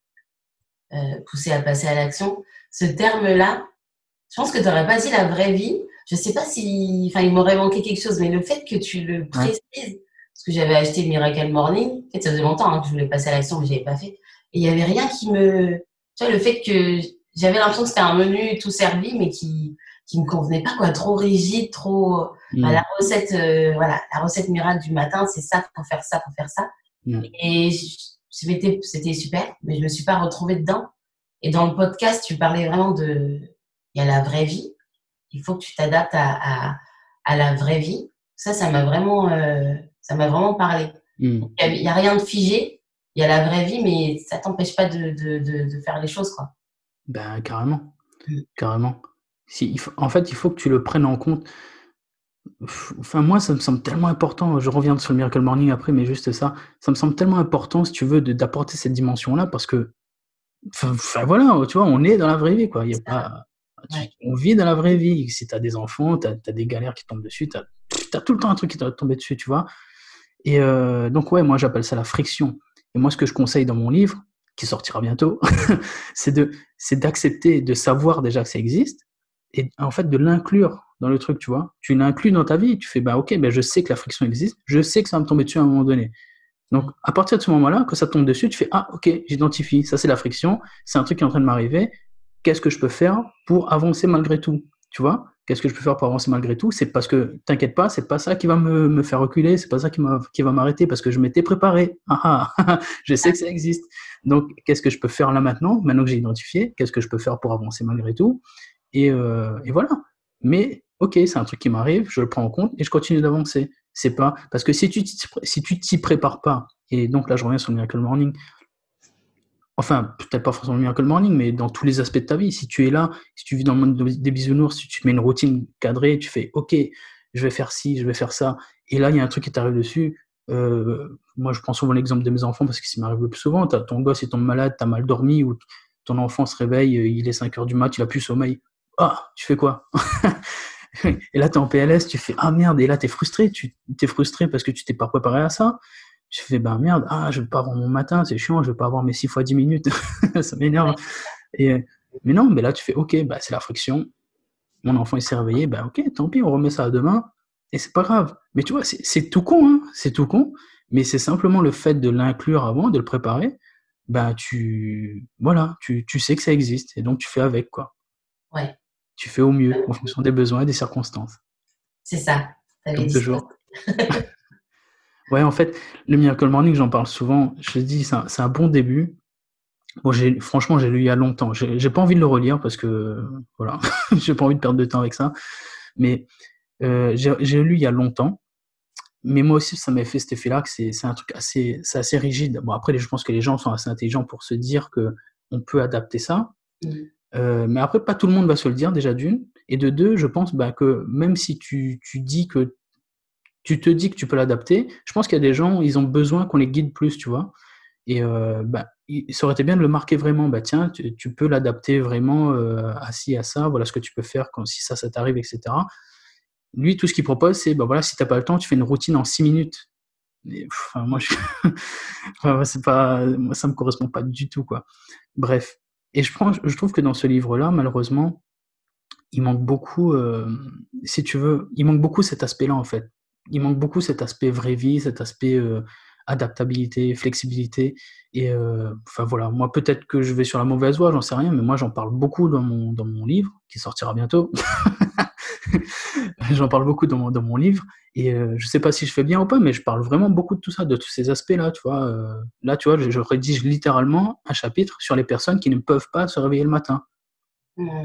euh, euh, poussé à passer à l'action, ce terme-là, je pense que tu n'aurais pas dit la vraie vie. Je sais pas si, enfin, il m'aurait manqué quelque chose, mais le fait que tu le précises, ouais. Parce que j'avais acheté Miracle Morning, en fait, ça faisait longtemps hein, que je voulais passer à l'action, mais je l'avais pas fait. Et il y avait rien qui me, tu vois, le fait que j'avais l'impression que c'était un menu tout servi, mais qui, qui me convenait pas, quoi, trop rigide, trop, mmh. bah, la recette, euh, voilà, la recette miracle du matin, c'est ça, faut faire ça, faut faire ça. Mmh. Et je, je m'étais, c'était super, mais je me suis pas retrouvée dedans. Et dans le podcast, tu parlais vraiment de, il y a la vraie vie. Il faut que tu t'adaptes à, à, à la vraie vie. Ça, ça m'a vraiment, euh, ça m'a vraiment parlé. Mmh. Il n'y a, a rien de figé. Il y a la vraie vie, mais ça t'empêche pas de, de, de, de faire les choses, quoi. Ben, carrément. Mmh. Carrément. Si, il faut, en fait, il faut que tu le prennes en compte. Enfin, moi, ça me semble tellement important. Je reviens sur le Miracle Morning après, mais juste ça. Ça me semble tellement important, si tu veux, de, d'apporter cette dimension-là, parce que, enfin, voilà, tu vois, on est dans la vraie vie, quoi. Il y a pas. Tu, ouais. On vit dans la vraie vie. Si tu as des enfants, tu as des galères qui tombent dessus, tu as tout le temps un truc qui doit tomber dessus, tu vois. Et euh, donc, ouais, moi, j'appelle ça la friction. Et moi, ce que je conseille dans mon livre, qui sortira bientôt, c'est de, c'est d'accepter, de savoir déjà que ça existe, et en fait, de l'inclure dans le truc, tu vois. Tu l'inclus dans ta vie, tu fais, bah, ok, bah, je sais que la friction existe, je sais que ça va me tomber dessus à un moment donné. Donc, à partir de ce moment-là, quand ça tombe dessus, tu fais, ah, ok, j'identifie, ça c'est la friction, c'est un truc qui est en train de m'arriver, qu'est-ce que je peux faire pour avancer malgré tout, tu vois? Qu'est-ce que je peux faire pour avancer malgré tout? C'est parce que, t'inquiète pas, c'est pas ça qui va me, me faire reculer, c'est pas ça qui, m'a, qui va m'arrêter, parce que je m'étais préparé. Ah, ah, je sais que ça existe. Donc, qu'est-ce que je peux faire là maintenant, maintenant que j'ai identifié, qu'est-ce que je peux faire pour avancer malgré tout? Et, euh, et voilà. Mais, ok, c'est un truc qui m'arrive, je le prends en compte et je continue d'avancer. C'est pas, parce que si tu si tu t'y prépares pas, et donc là, je reviens sur le Miracle Morning, enfin, peut-être pas forcément le Miracle Morning, mais dans tous les aspects de ta vie, si tu es là, si tu vis dans le monde des bisounours, si tu te mets une routine cadrée, tu fais, ok, je vais faire ci, je vais faire ça, et là, il y a un truc qui t'arrive dessus, euh, moi, je prends souvent l'exemple de mes enfants, parce que ça m'arrive le plus souvent, t'as ton gosse, il tombe malade, t'as mal dormi, ou ton enfant se réveille, il est cinq heures du mat, il a plus sommeil, ah, tu fais quoi? Et là, t'es en P L S, tu fais, ah merde, et là, t'es frustré, tu t'es frustré parce que tu t'es pas préparé à ça, tu fais, ben merde, ah, je vais pas avoir mon matin, c'est chiant, je vais pas avoir mes six fois dix minutes, ça m'énerve. Et, mais non, mais là, tu fais, ok, bah, c'est la friction, mon enfant, il s'est réveillé, bah, ok, tant pis, on remet ça à demain, et c'est pas grave. Mais tu vois, c'est, c'est tout con, hein, c'est tout con, mais c'est simplement le fait de l'inclure avant, de le préparer, bah, tu, voilà, tu, tu sais que ça existe, et donc tu fais avec, quoi. Ouais. Tu fais au mieux, en fonction des besoins et des circonstances. C'est ça. Comme toujours. Ouais, en fait, le Miracle Morning, j'en parle souvent. Je te dis, c'est un, c'est un bon début. Bon, j'ai, franchement, j'ai lu il y a longtemps. J'ai, j'ai pas envie de le relire parce que, voilà, j'ai pas envie de perdre de temps avec ça. Mais euh, j'ai, j'ai lu il y a longtemps. Mais moi aussi, ça m'a fait cet effet-là que c'est, c'est un truc assez, c'est assez rigide. Bon, après, je pense que les gens sont assez intelligents pour se dire que on peut adapter ça. Mmh. Euh, mais après, pas tout le monde va se le dire, déjà d'une. Et de deux, je pense bah, que même si tu, tu dis que tu te dis que tu peux l'adapter, je pense qu'il y a des gens, ils ont besoin qu'on les guide plus, tu vois. Et euh, bah, ça aurait été bien de le marquer vraiment, bah tiens, tu, tu peux l'adapter vraiment euh, à ci, à ça, voilà ce que tu peux faire quand si ça, ça t'arrive, et cetera. Lui, tout ce qu'il propose, c'est, bah voilà, si t'as pas le temps, tu fais une routine en six minutes. Et, enfin, moi, je... enfin, c'est pas, moi, ça me correspond pas du tout, quoi. Bref. Et je, prends, je trouve que dans ce livre-là, malheureusement, il manque beaucoup, euh, si tu veux, il manque beaucoup cet aspect-là, en fait. Il manque beaucoup cet aspect vraie vie, cet aspect euh, adaptabilité, flexibilité. Et euh, enfin voilà, moi peut-être que je vais sur la mauvaise voie, j'en sais rien, mais moi j'en parle beaucoup dans mon, dans mon livre, qui sortira bientôt. J'en parle beaucoup dans mon, dans mon livre. Et euh, je sais pas si je fais bien ou pas, mais je parle vraiment beaucoup de tout ça, de tous ces aspects-là, tu vois. Euh, là, tu vois, je, je rédige littéralement un chapitre sur les personnes qui ne peuvent pas se réveiller le matin. Mmh. Tu vois,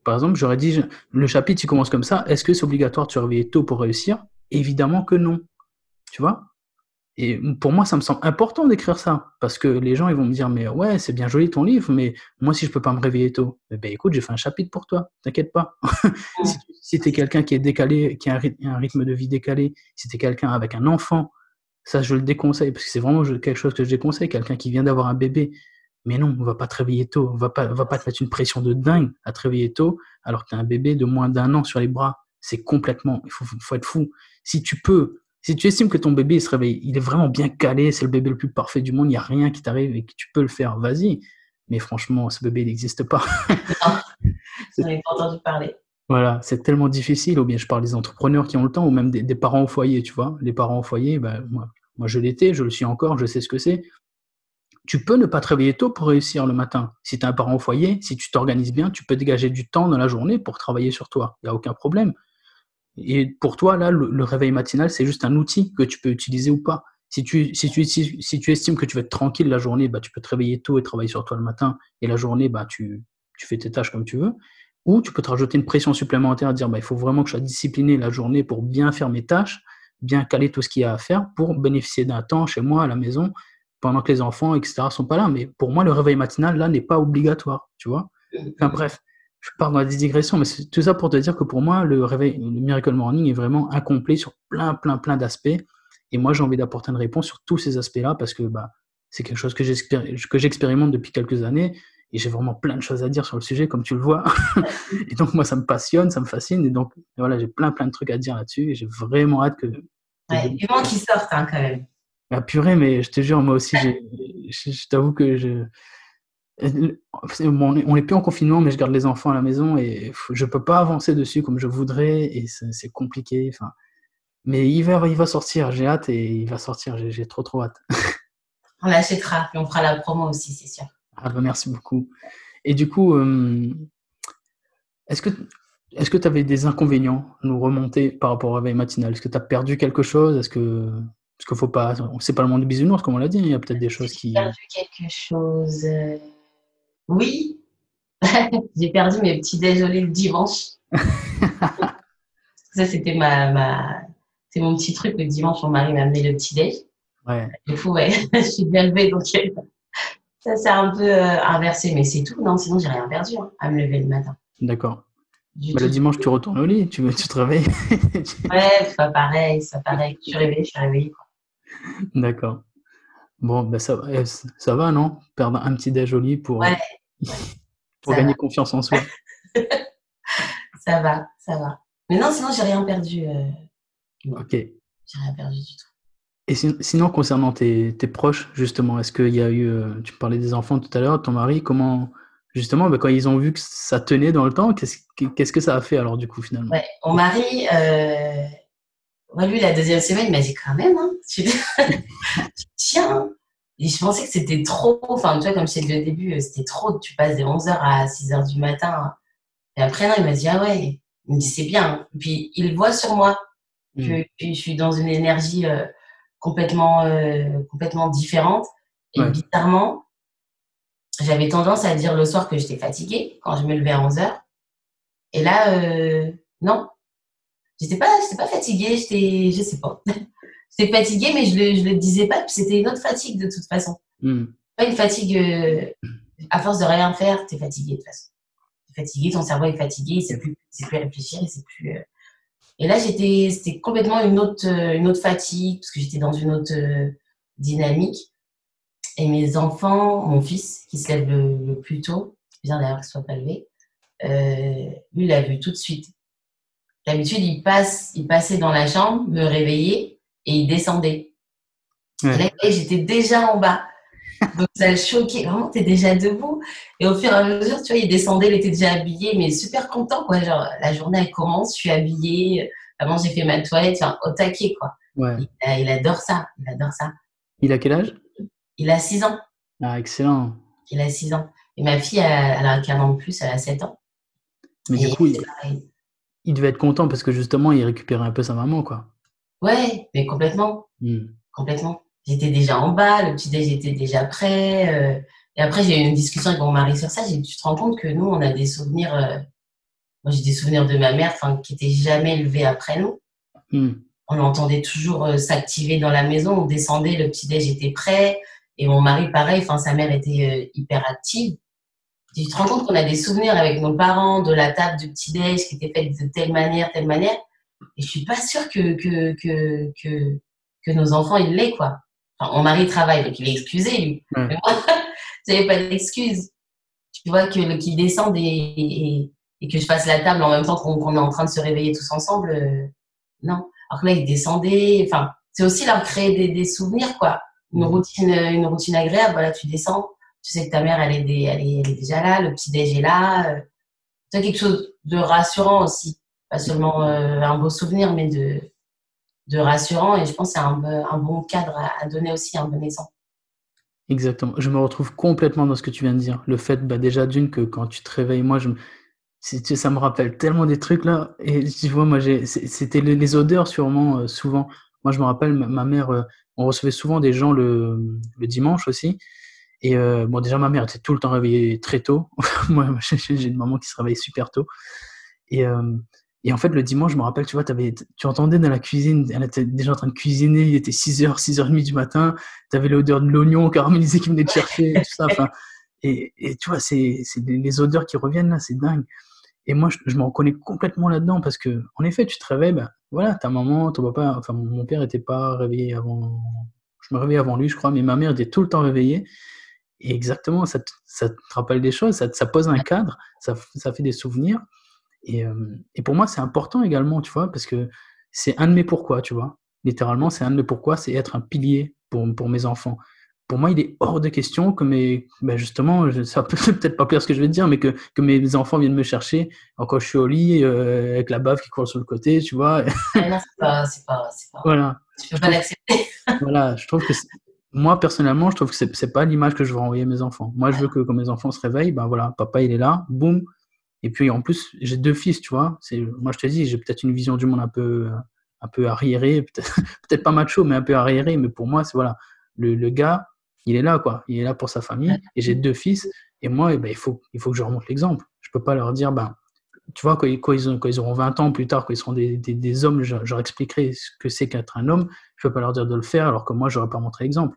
Par exemple, j'aurais dit, je- le chapitre, il commence comme ça. Est-ce que c'est obligatoire de se réveiller tôt pour réussir? Évidemment que non. Tu vois? Et pour moi, ça me semble important d'écrire ça. Parce que les gens, ils vont me dire, mais ouais, c'est bien joli ton livre, mais moi, si je peux pas me réveiller tôt, eh ben, écoute, j'ai fait un chapitre pour toi. T'inquiète pas. Si, tu- si t'es quelqu'un qui est décalé, qui a un rythme, un rythme de vie décalé, si t'es quelqu'un avec un enfant, ça, je le déconseille, parce que c'est vraiment je- quelque chose que je déconseille. Quelqu'un qui vient d'avoir un bébé, mais non, on va pas te réveiller tôt. On va pas, on va pas te mettre une pression de dingue à te réveiller tôt, alors que tu as un bébé de moins d'un an sur les bras. C'est complètement, il faut, faut être fou. Si tu peux, si tu estimes que ton bébé il se réveille, il est vraiment bien calé, c'est le bébé le plus parfait du monde, il n'y a rien qui t'arrive et que tu peux le faire, vas-y. Mais franchement, ce bébé, il n'existe pas. Non, j'en C'est- ai pas entendu parler. Voilà, c'est tellement difficile. Ou bien je parle des entrepreneurs qui ont le temps, ou même des, des parents au foyer, tu vois. Les parents au foyer, ben, moi, moi je l'étais, je le suis encore, je sais ce que c'est. Tu peux ne pas te réveiller tôt pour réussir le matin. Si tu es un parent au foyer, si tu t'organises bien, tu peux dégager du temps dans la journée pour travailler sur toi. Il n'y a aucun problème. Et pour toi, là, le, le réveil matinal, c'est juste un outil que tu peux utiliser ou pas. Si tu, si tu, si, si tu estimes que tu vas être tranquille la journée, bah, tu peux te réveiller tôt et travailler sur toi le matin. Et la journée, bah, tu, tu fais tes tâches comme tu veux. Ou tu peux te rajouter une pression supplémentaire à dire, bah, il faut vraiment que je sois discipliné la journée pour bien faire mes tâches, bien caler tout ce qu'il y a à faire pour bénéficier d'un temps chez moi, à la maison, pendant que les enfants, et cetera, sont pas là. Mais pour moi, le réveil matinal, là, n'est pas obligatoire, tu vois. Enfin bref, je pars dans la digression, mais c'est tout ça pour te dire que pour moi, le réveil, le Miracle Morning est vraiment incomplet sur plein, plein, plein d'aspects. Et moi, j'ai envie d'apporter une réponse sur tous ces aspects-là parce que bah, c'est quelque chose que j'expér- que j'expérimente depuis quelques années et j'ai vraiment plein de choses à dire sur le sujet, comme tu le vois. Et donc, moi, ça me passionne, ça me fascine. Et donc, voilà, j'ai plein, plein de trucs à dire là-dessus et j'ai vraiment hâte que de Ouais, donner. vivement qu'ils sortent hein, quand même. Ah, purée, mais je te jure, moi aussi, j'ai, je, je t'avoue que je, c'est- bon, on est on est plus en confinement, mais je garde les enfants à la maison et f- je peux pas avancer dessus comme je voudrais et c'est c'est compliqué. Enfin, mais il va, il va sortir, j'ai hâte et il va sortir, j'ai j'ai trop trop hâte. On l'achètera, puis on fera la promo aussi, c'est sûr. Ah bah, merci beaucoup. Et du coup, euh, est-ce que est-ce que tu avais des inconvénients à nous remonter par rapport au réveil matinal? Est-ce que tu as perdu quelque chose? Est-ce que parce qu'il faut pas, c'est pas le monde du bisounours comme on l'a dit, il y a peut-être des choses J'ai qui. perdu quelque chose. euh, Oui, j'ai perdu mes petits déjeuners le dimanche. Ça, c'était ma, ma... c'est mon petit truc. Le dimanche, mon mari m'a amené le petit déj. Ouais, Du coup, ouais, je suis bien levée, donc euh, ça s'est un peu euh, inversé, mais c'est tout. Non, sinon, j'ai rien perdu hein, à me lever le matin. d'accord. Du Bah, le tout. dimanche, tu retournes au lit, tu, tu te réveilles. Ouais, c'est pas pareil, c'est pas pareil. Je suis réveillée, je suis réveillée. Quoi. D'accord. Bon, ben ça, va- eh, ça va, non? Perdre un petit déj au lit pour, Ouais, euh, ouais, pour ça va, gagner confiance en soi. ça va, ça va. Mais non, sinon, j'ai rien perdu. euh, Non, Ok. j'ai rien perdu du tout. Et sin- sinon, concernant tes, tes proches, justement, est-ce qu'il y a eu, euh, tu parlais des enfants tout à l'heure, ton mari, comment, justement, ben, quand ils ont vu que ça tenait dans le temps, qu'est-ce, que- qu'est-ce que ça a fait alors, du coup, finalement? Ouais, mon mari, euh, ouais, lui, la deuxième semaine, il m'a dit quand même, hein, tu tiens. Et je pensais que c'était trop. Enfin, tu vois, comme je t'ai dit au début, euh, c'était trop. Tu passes de onze heures à six heures du matin. Et après, non, il m'a dit, ah ouais. Il me dit, c'est bien. Hein. Puis, il voit sur moi Hmm. que, que je suis dans une énergie euh, complètement, euh, complètement différente. Et Ouais, bizarrement, j'avais tendance à dire le soir que j'étais fatiguée quand je me levais à onze heures. Et là, euh, non, j'étais pas, j'étais pas fatiguée, j'étais, je sais pas. J'étais fatiguée, mais je le, je le disais pas, puis c'était une autre fatigue de toute façon. hmm. Pas une fatigue, euh, à force de rien faire, t'es fatigué de toute façon. T'es fatigué, ton cerveau est fatigué, il sait plus, il sait plus réfléchir, il sait plus. euh. Et là, j'étais, c'était complètement une autre, euh, une autre fatigue, parce que j'étais dans une autre euh, dynamique. Et mes enfants, mon fils, qui se lève le, le plus tôt, c'est bien d'ailleurs qu'il soit pas levé, euh, lui, il l'a vu tout de suite. D'habitude, il passe, il passait dans la chambre, me réveillait et il descendait. Et Ouais. là, j'étais déjà en bas. Donc, ça le choquait. Vraiment, t'es déjà debout. Et au fur et à mesure, tu vois, il descendait, il était déjà habillé, mais super content, quoi. Genre, la journée, elle commence, je suis habillée. Avant, j'ai fait ma toilette, enfin, au taquet, quoi. Ouais. Il, il adore ça. Il adore ça. Il a quel âge? Il a six ans. Ah, excellent. Il a six ans. Et ma fille, elle, elle a qu'un an de plus, elle a sept ans. Mais du Et coup, c'est il, pareil. il devait être content parce que justement, il récupérait un peu sa maman, quoi. Ouais, mais complètement. Hmm. Complètement. J'étais déjà en bas, le petit déj était déjà prêt. euh, et après, j'ai eu une discussion avec mon mari sur ça. J'ai dit, tu te rends compte que nous, on a des souvenirs. euh, moi, j'ai des souvenirs de ma mère, enfin, qui était jamais levée après nous. Mmh. On l'entendait toujours euh, s'activer dans la maison. On descendait, le petit-déj était prêt. Et mon mari, pareil, enfin, sa mère était euh, hyper active. Tu te rends compte qu'on a des souvenirs avec nos parents de la table du petit-déj qui était faite de telle manière, telle manière. Et je suis pas sûre que, que, que, que, que nos enfants, ils l'aient, quoi. Enfin, mon mari travaille, donc il est excusé, lui. Ouais. Mais moi, j'avais pas d'excuse. Tu vois, que, qu'ils descendent et, et, et que je fasse la table en même temps qu'on, qu'on est en train de se réveiller tous ensemble. Euh, non. Alors que là, ils descendaient. Enfin, c'est aussi leur créer des, des souvenirs, quoi. Une routine, une routine agréable. Voilà, tu descends. Tu sais que ta mère, elle est, des, elle est, elle est déjà là. Le petit-déj est là. Euh, c'est quelque chose de rassurant aussi. Pas seulement euh, un beau souvenir, mais de, de rassurant. Et je pense que c'est un, un bon cadre à, à donner aussi à un bon exemple. Exactement. Je me retrouve complètement dans ce que tu viens de dire. Le fait, bah, déjà, d'une, que quand tu te réveilles, moi, je me... c'est- tu sais, ça me rappelle tellement des trucs là. Et tu vois, moi, j'ai... c'est- c'était le- les odeurs, sûrement, euh, souvent. Moi, je me rappelle, ma, ma mère, euh, on recevait souvent des gens le, le dimanche aussi. Et euh, bon, déjà, ma mère était tout le temps réveillée très tôt. Moi, j'ai j'ai une maman qui se réveille super tôt. Et, euh, et en fait, le dimanche, je me rappelle, tu vois, t'avais, tu entendais dans la cuisine, elle était déjà en train de cuisiner, il était six heures, six heures trente du matin, tu avais l'odeur de l'oignon caramélisé qui venait de chercher, tout ça. Enfin, et, et tu vois, c'est, c'est des- les odeurs qui reviennent là, c'est dingue. Et moi, je, je me reconnais complètement là-dedans parce que, en effet, tu te réveilles, ben, voilà, ta maman, ton papa, enfin, mon mon père était pas réveillé avant, je me réveillais avant lui, je crois, mais ma mère était tout le temps réveillée. Et exactement, ça te, ça te rappelle des choses, ça, te- ça pose un cadre, ça, f- ça fait des souvenirs. Et, euh, et pour moi, c'est important également, tu vois, parce que c'est un de mes pourquoi, tu vois. Littéralement, c'est un de mes pourquoi, c'est être un pilier pour, pour mes enfants. Pour moi, il est hors de question que mes, ben justement, je- ça peut peut-être pas plaire ce que je vais te dire, mais que, que mes enfants viennent me chercher alors, quand je suis au lit, euh, avec la bave qui court sur le côté, tu vois. Ah non, c'est pas, c'est pas, c'est pas. Voilà. Tu peux Je pas trouve, l'accepter. voilà, je trouve que c'est- moi, personnellement, je trouve que c'est c'est pas l'image que je veux envoyer à mes enfants. Moi, je veux que quand mes enfants se réveillent, ben voilà, papa, il est là, boum. Et puis en plus, j'ai deux fils, tu vois. C'est, moi, je te dis, j'ai peut-être une vision du monde un peu, un peu arriérée, peut-être, peut-être pas macho, mais un peu arriérée. Mais pour moi, c'est voilà, le, le gars, il est là, quoi. Il est là pour sa famille. Et j'ai deux fils. Et moi, eh ben, il faut, il faut que je leur montre l'exemple. Je peux pas leur dire, ben, tu vois, quand, ils- quand, ils, ont- quand ils auront vingt ans plus tard, quand ils seront des, des, des hommes, je, je leur expliquerai ce que c'est qu'être un homme. Je peux pas leur dire de le faire, alors que moi, je n'aurais pas montré l'exemple.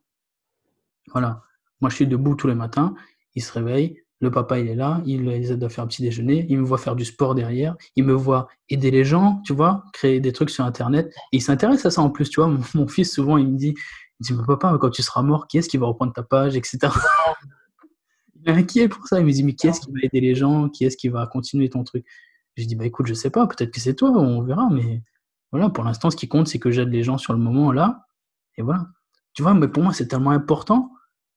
Voilà. Moi, je suis debout tous les matins. Ils se réveillent. Le papa, il est là. Il les aide à faire un petit déjeuner. Il me voit faire du sport derrière. Il me voit aider les gens, tu vois, créer des trucs sur Internet. Et il s'intéresse à ça en plus, tu vois. Mon, mon fils, souvent, il me dit, il dit, mais papa, quand tu seras mort, qui est-ce qui va reprendre ta page, et cetera. Il est inquiet pour ça. Il me dit, mais qui est-ce qui va aider les gens? Qui est-ce qui va continuer ton truc? Je dis, bah écoute, je sais pas. Peut-être que c'est toi. On verra. Mais voilà, pour l'instant, ce qui compte, c'est que j'aide les gens sur le moment là. Et voilà. Tu vois, mais pour moi, c'est tellement important.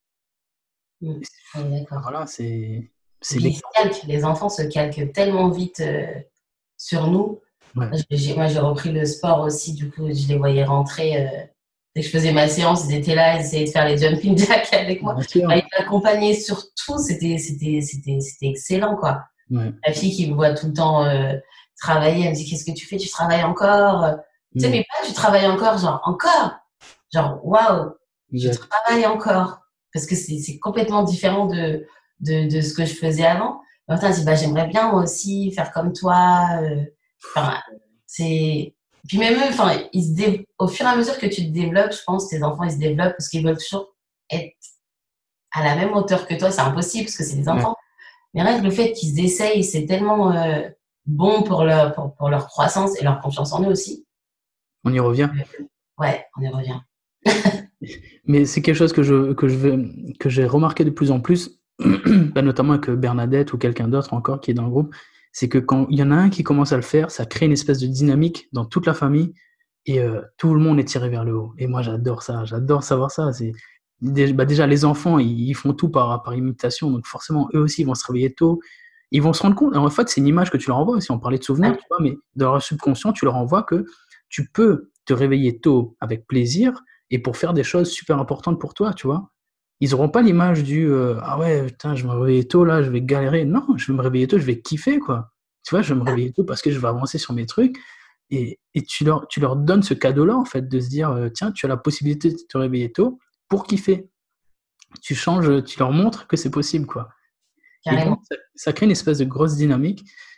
Mm. Oui, d'accord. Voilà, c'est Et c'est puis ils se l'exemple. calquent, les enfants se calquent tellement vite euh, sur nous. Ouais, Moi, j'ai, moi, j'ai repris le sport aussi, du coup, je les voyais rentrer. Euh, dès que je faisais ma séance, ils étaient là, ils essayaient de faire les jumping jacks avec moi. bien sûr. Enfin, ils m'accompagnaient sur tout, c'était, c'était, c'était, c'était excellent, quoi. Ouais. La fille qui me voit tout le temps euh, travailler, elle me dit, qu'est-ce que tu fais? Tu travailles encore? Tu sais, Mm. mais pas tu travailles encore, genre, encore? Genre, waouh, je Exact. travaille encore. Parce que c'est, c'est complètement différent de, de, de ce que je faisais avant. Martin dit, bah, j'aimerais bien moi aussi faire comme toi. euh, Enfin, c'est. Puis même eux, enfin, ils se dé... au fur et à mesure que tu te développes, je pense, tes enfants, ils se développent parce qu'ils veulent toujours être à la même hauteur que toi. C'est impossible parce que c'est des Ouais. enfants. Mais rien que le fait qu'ils essayent, c'est tellement euh, bon pour leur, pour, pour leur croissance et leur confiance en eux aussi. On y revient. Ouais, on y revient. Mais c'est quelque chose que je que je vais que j'ai remarqué de plus en plus, bah, notamment avec Bernadette ou quelqu'un d'autre encore qui est dans le groupe, c'est que quand il y en a un qui commence à le faire, ça crée une espèce de dynamique dans toute la famille et euh, tout le monde est tiré vers le haut. Et moi, j'adore ça, j'adore savoir ça. C'est dé- bah, déjà les enfants, ils, ils font tout par par imitation, donc forcément eux aussi ils vont se réveiller tôt. Ils vont se rendre compte. En fait, c'est une image que tu leur envoies. Si on parlait de souvenirs, Ouais, tu vois, mais dans leur subconscient, tu leur envoies que tu peux te réveiller tôt avec plaisir et pour faire des choses super importantes pour toi, tu vois. Ils auront pas l'image du euh, ah ouais, putain, je vais me réveiller tôt là, je vais galérer. Non, je vais me réveiller tôt, je vais kiffer quoi. Tu vois, je vais me réveiller tôt parce que je vais avancer sur mes trucs et, et tu leur tu leur donnes ce cadeau-là en fait de se dire euh, tiens, tu as la possibilité de te réveiller tôt pour kiffer. Tu changes, tu leur montres que c'est possible quoi. Et donc carrément. ça, ça crée une espèce de grosse dynamique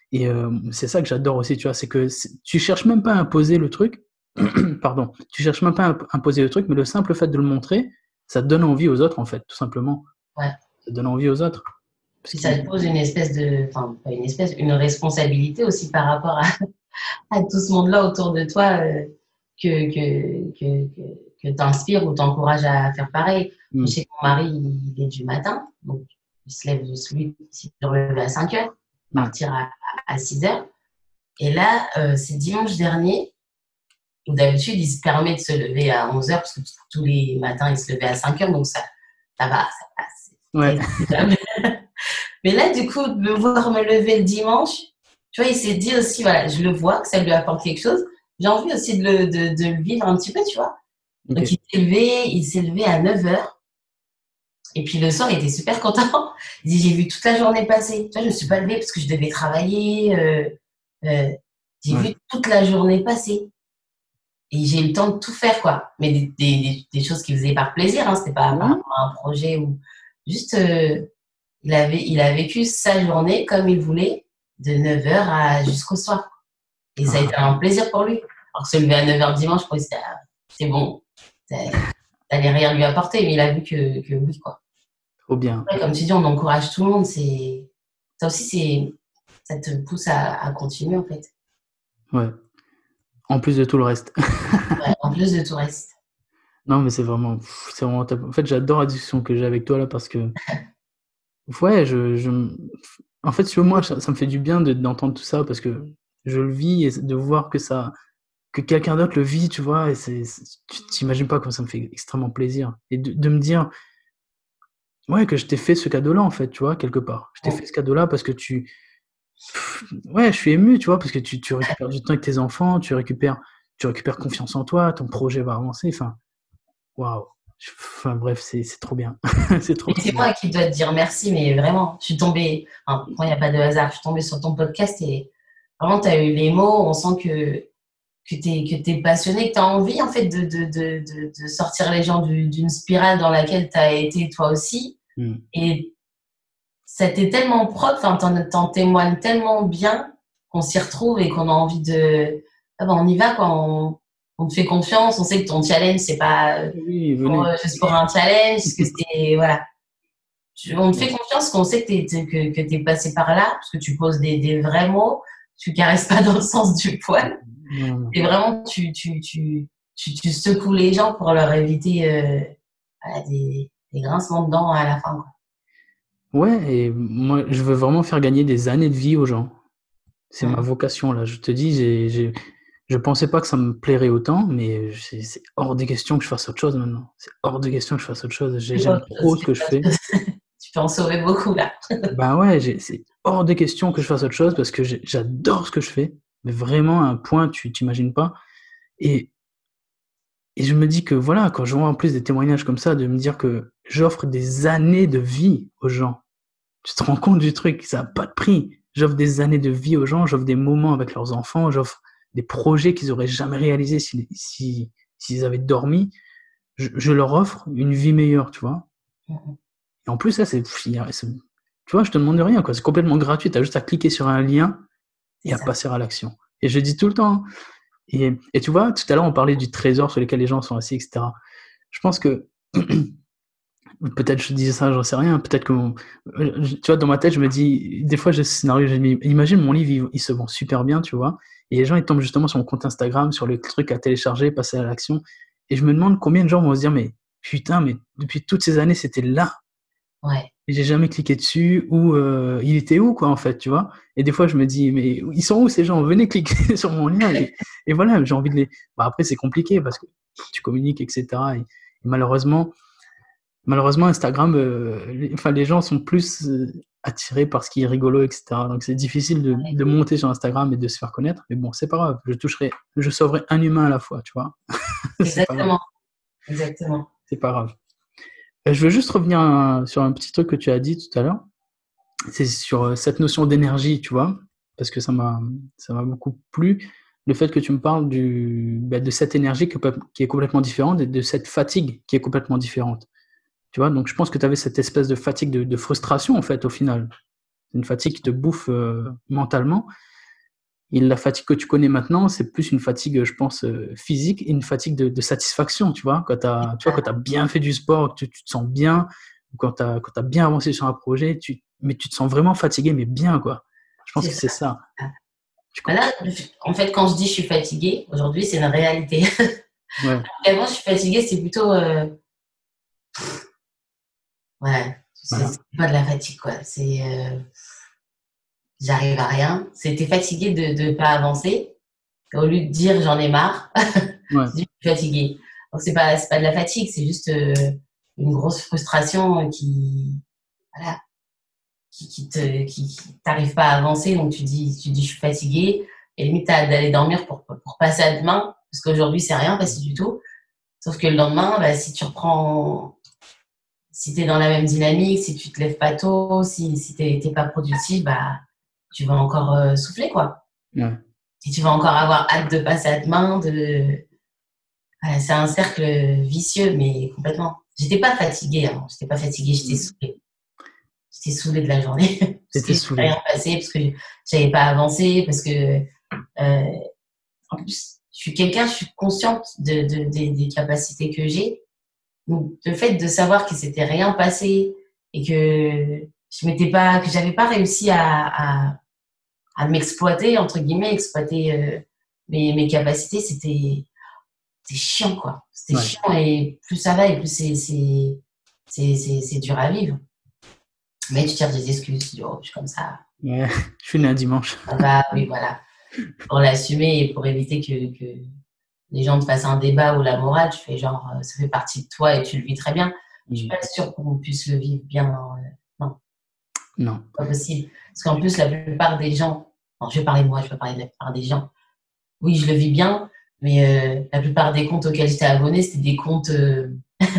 Et euh, c'est ça que j'adore aussi, tu vois, c'est que c'est, tu cherches même pas à imposer le truc, pardon, tu cherches même pas à imp- imposer le truc, mais le simple fait de le montrer, ça te donne envie aux autres, en fait, tout simplement. Ouais. Ça te donne envie aux autres. Parce Puis ça te qu'ils... pose une espèce de, enfin, pas une espèce, une responsabilité aussi par rapport à, à tout ce monde-là autour de toi euh, que, que, que, que, que t'inspires ou t'encourages à faire pareil. Je Mm. sais que mon mari, il est du matin, donc il se lève, lui, il se lève à cinq heures, Ouais. partir à, à six heures. Et là, euh, c'est dimanche dernier, où d'habitude, il se permet de se lever à onze heures, parce que tous les matins, il se levait à cinq heures, donc ça, ça va, ça passe. Ouais. Mais là, du coup, de me voir me lever le dimanche, tu vois, il s'est dit aussi, voilà, je le vois, que ça lui apporte quelque chose. J'ai envie aussi de le, de, de le vivre un petit peu, tu vois. Ok. Donc, il s'est levé, il s'est levé à neuf heures. Et puis, le soir, il était super content. Il dit, j'ai vu toute la journée passer. Tu vois, je me suis pas levée parce que je devais travailler. Euh, euh, j'ai Ouais. vu toute la journée passer. Et j'ai eu le temps de tout faire, quoi. Mais des, des, des choses qu'il faisait par plaisir, hein. C'était pas par Ouais. rapport à un projet ou juste, euh, il avait, il a vécu sa journée comme il voulait, de neuf heures à, jusqu'au soir. Et ça a été Ah, un plaisir pour lui. Alors que se lever à neuf heures dimanche, pour lui, c'était, ah, c'est bon. Ça n'allait rien lui apporter, mais il a vu que, que oui, quoi. trop bien. Ouais, comme tu dis, on encourage tout le monde. C'est, ça aussi, c'est, ça te pousse à, à continuer, en fait. Ouais. En plus de tout le reste. Ouais, en plus de tout reste. Non, mais c'est vraiment, pff, c'est vraiment top. En fait, j'adore la discussion que j'ai avec toi là parce que, ouais, je, je, en fait, sur moi, ça, ça me fait du bien de- d'entendre tout ça parce que je le vis et de voir que ça, que quelqu'un d'autre le vit, tu vois, et c'est, c'est- tu t'imagines pas comme ça me fait extrêmement plaisir. Et de, de me dire, ouais, que je t'ai fait ce cadeau-là, en fait, tu vois, quelque part. Je t'ai fait ce cadeau-là parce que tu, pff, ouais, je suis ému, tu vois, parce que tu, tu récupères du temps avec tes enfants, tu récupères, tu récupères confiance en toi, ton projet va avancer, enfin, waouh. Je- Enfin, bref, c'est, c'est trop bien. C'est trop, Mais trop c'est bien. moi qui dois te dire merci, mais vraiment, je suis tombée, enfin, quand il n'y a pas de hasard, je suis tombée sur ton podcast et vraiment, tu as eu les mots, on sent que, que tu es, que t'es passionné, que tu as envie, en fait, de, de, de, de, de sortir les gens du- d'une spirale dans laquelle tu as été toi aussi. Mm. Et ça t'est tellement propre, enfin, t'en, t'en témoignes tellement bien qu'on s'y retrouve et qu'on a envie de, ah ben, on y va, quoi, on, on te fait confiance, on sait que ton challenge, c'est pas Oui, pour, venez. euh, juste pour un challenge, que c'est, voilà. Tu- On te fait Ouais. confiance, qu'on sait que tu es, que, que t'es passé par là, parce que tu poses des, des vrais mots, tu caresses pas dans le sens du poil, Non, non, non. et vraiment, tu, tu, tu, tu, tu secoues les gens pour leur éviter euh, voilà, des, des grincements de dents à la fin, quoi. Ouais, et moi, je veux vraiment faire gagner des années de vie aux gens. C'est ma Mm. vocation, là. Je te dis, j'ai, j'ai, je pensais pas que ça me plairait autant, mais c'est, c'est hors des questions que je fasse autre chose maintenant. C'est hors de question que je fasse autre chose. J'ai- C'est pas J'aime autre chose, trop ce c'est que je pas autre fais. chose. Tu peux en sauver beaucoup, là. Ben ouais, j'ai- c'est hors de question que je fasse autre chose parce que j'ai- j'adore ce que je fais, mais vraiment à un point, tu t'imagines pas. Et, et je me dis que voilà, quand je vois en plus des témoignages comme ça, de me dire que j'offre des années de vie aux gens. Tu te rends compte du truc, ça n'a pas de prix. J'offre des années de vie aux gens, j'offre des moments avec leurs enfants, j'offre des projets qu'ils auraient jamais réalisés si, si, s'ils avaient dormi. Je, je leur offre une vie meilleure, tu vois. Mm. Et en plus, ça, c'est, c'est- tu vois, je te demande rien, quoi. C'est complètement gratuit. Tu as juste à cliquer sur un lien C'est et à ça. passer à l'action. Et je dis tout le temps, hein. Et, et tu vois, tout à l'heure, on parlait du trésor sur lequel les gens sont assis, et cetera. Je pense que peut-être je disais ça, j'en sais rien. Peut-être que, mon- euh, tu vois, dans ma tête, je me dis, des fois, j'ai ce scénario, je me dis, imagine mon livre, il, il se vend super bien, tu vois, et les gens, ils tombent justement sur mon compte Instagram, sur le truc à télécharger, passer à l'action, et je me demande combien de gens vont se dire, mais putain, mais depuis toutes ces années, c'était là, Ouais. et j'ai jamais cliqué dessus, ou euh, il était où, quoi, en fait, tu vois. Et des fois, je me dis, mais ils sont où ces gens? Venez cliquer sur mon lien, et, et voilà, j'ai envie de les. Bah, après, c'est compliqué parce que tu communiques, et cetera. Et, et malheureusement, Malheureusement, Instagram, euh, les, enfin, les gens sont plus euh, attirés par ce qui est rigolo, et cetera. Donc, c'est difficile de, de monter sur Instagram et de se faire connaître. Mais bon, c'est pas grave. Je toucherai, je sauverai un humain à la fois, tu vois. C'est pas grave. Exactement. Exactement. C'est pas grave. Euh, Je veux juste revenir à- sur un petit truc que tu as dit tout à l'heure. C'est sur euh, cette notion d'énergie, tu vois, parce que ça m'a, ça m'a beaucoup plu. Le fait que tu me parles du, bah, de cette énergie qui est qui est complètement différente et de cette fatigue qui est complètement différente. Tu vois, donc je pense que tu avais cette espèce de fatigue, de, de frustration, en fait, au final. C'est une fatigue qui te bouffe euh, mentalement. Et la fatigue que tu connais maintenant, c'est plus une fatigue, je pense, euh, physique et une fatigue de, de satisfaction, tu vois. Quand tu as, tu vois, quand tu as bien fait du sport, que tu, tu te sens bien, ou quand tu as, quand tu as bien avancé sur un projet, tu, mais tu te sens vraiment fatigué, mais bien, quoi. Je pense C'est que c'est ça. ça. Tu co- Là, en fait, quand je dis je suis fatiguée, aujourd'hui, c'est une réalité. Ouais, Avant, je suis fatiguée, c'est plutôt, euh, ouais, c'est voilà. c'est pas de la fatigue, quoi. C'est, euh, j'arrive à rien. C'était fatiguée de ne pas avancer. Au lieu de dire j'en ai marre, Ouais, je dis je suis fatiguée. Donc, c'est pas, c'est pas de la fatigue, c'est juste euh, une grosse frustration qui, voilà, qui, qui te, qui, qui t'arrive pas à avancer. Donc, tu dis, tu dis je suis fatiguée. Et limite, t'as d'aller dormir pour, pour passer à demain. Parce qu'aujourd'hui, c'est rien passé du tout. Sauf que le lendemain, bah, si tu reprends, si tu es dans la même dynamique, si tu te lèves pas tôt, si, si tu n'es pas productif, bah, tu vas encore euh, souffler, quoi. ouais. Et tu vas encore avoir hâte de passer à demain. De... Voilà, c'est un cercle vicieux, mais complètement. J'étais pas fatiguée avant. J'étais pas fatiguée, j'étais saoulée. J'étais saoulée de la journée. Parce que T'étais j'étais rien saoulé. passé, parce que j'avais pas avancé, parce que, euh, en plus, je suis quelqu'un, je suis consciente de, de, de- des capacités que j'ai. Donc, le fait de savoir que c'était rien passé et que je m'étais pas, que j'avais pas réussi à, à, à m'exploiter, entre guillemets, exploiter euh, mes, mes capacités, c'était, c'était chiant, quoi. C'était Ouais. chiant et plus ça va et plus c'est, c'est, c'est, c'est, c'est dur à vivre. Mais tu cherches des excuses, tu dis, oh, je suis comme ça, Ouais. Je suis né un dimanche. ça va, oui, voilà. Pour l'assumer et pour éviter que, que les gens te fassent un débat ou la morale, tu fais genre, euh, ça fait partie de toi et tu le vis très bien. Je suis Mm. pas sûre qu'on puisse le vivre bien. euh, non, Non. pas possible. Parce qu'en plus, la plupart des gens, non, je vais parler de moi, je vais pas parler de la plupart des gens. Oui, je le vis bien, mais euh, la plupart des comptes auxquels j'étais abonnée, c'était des comptes, euh,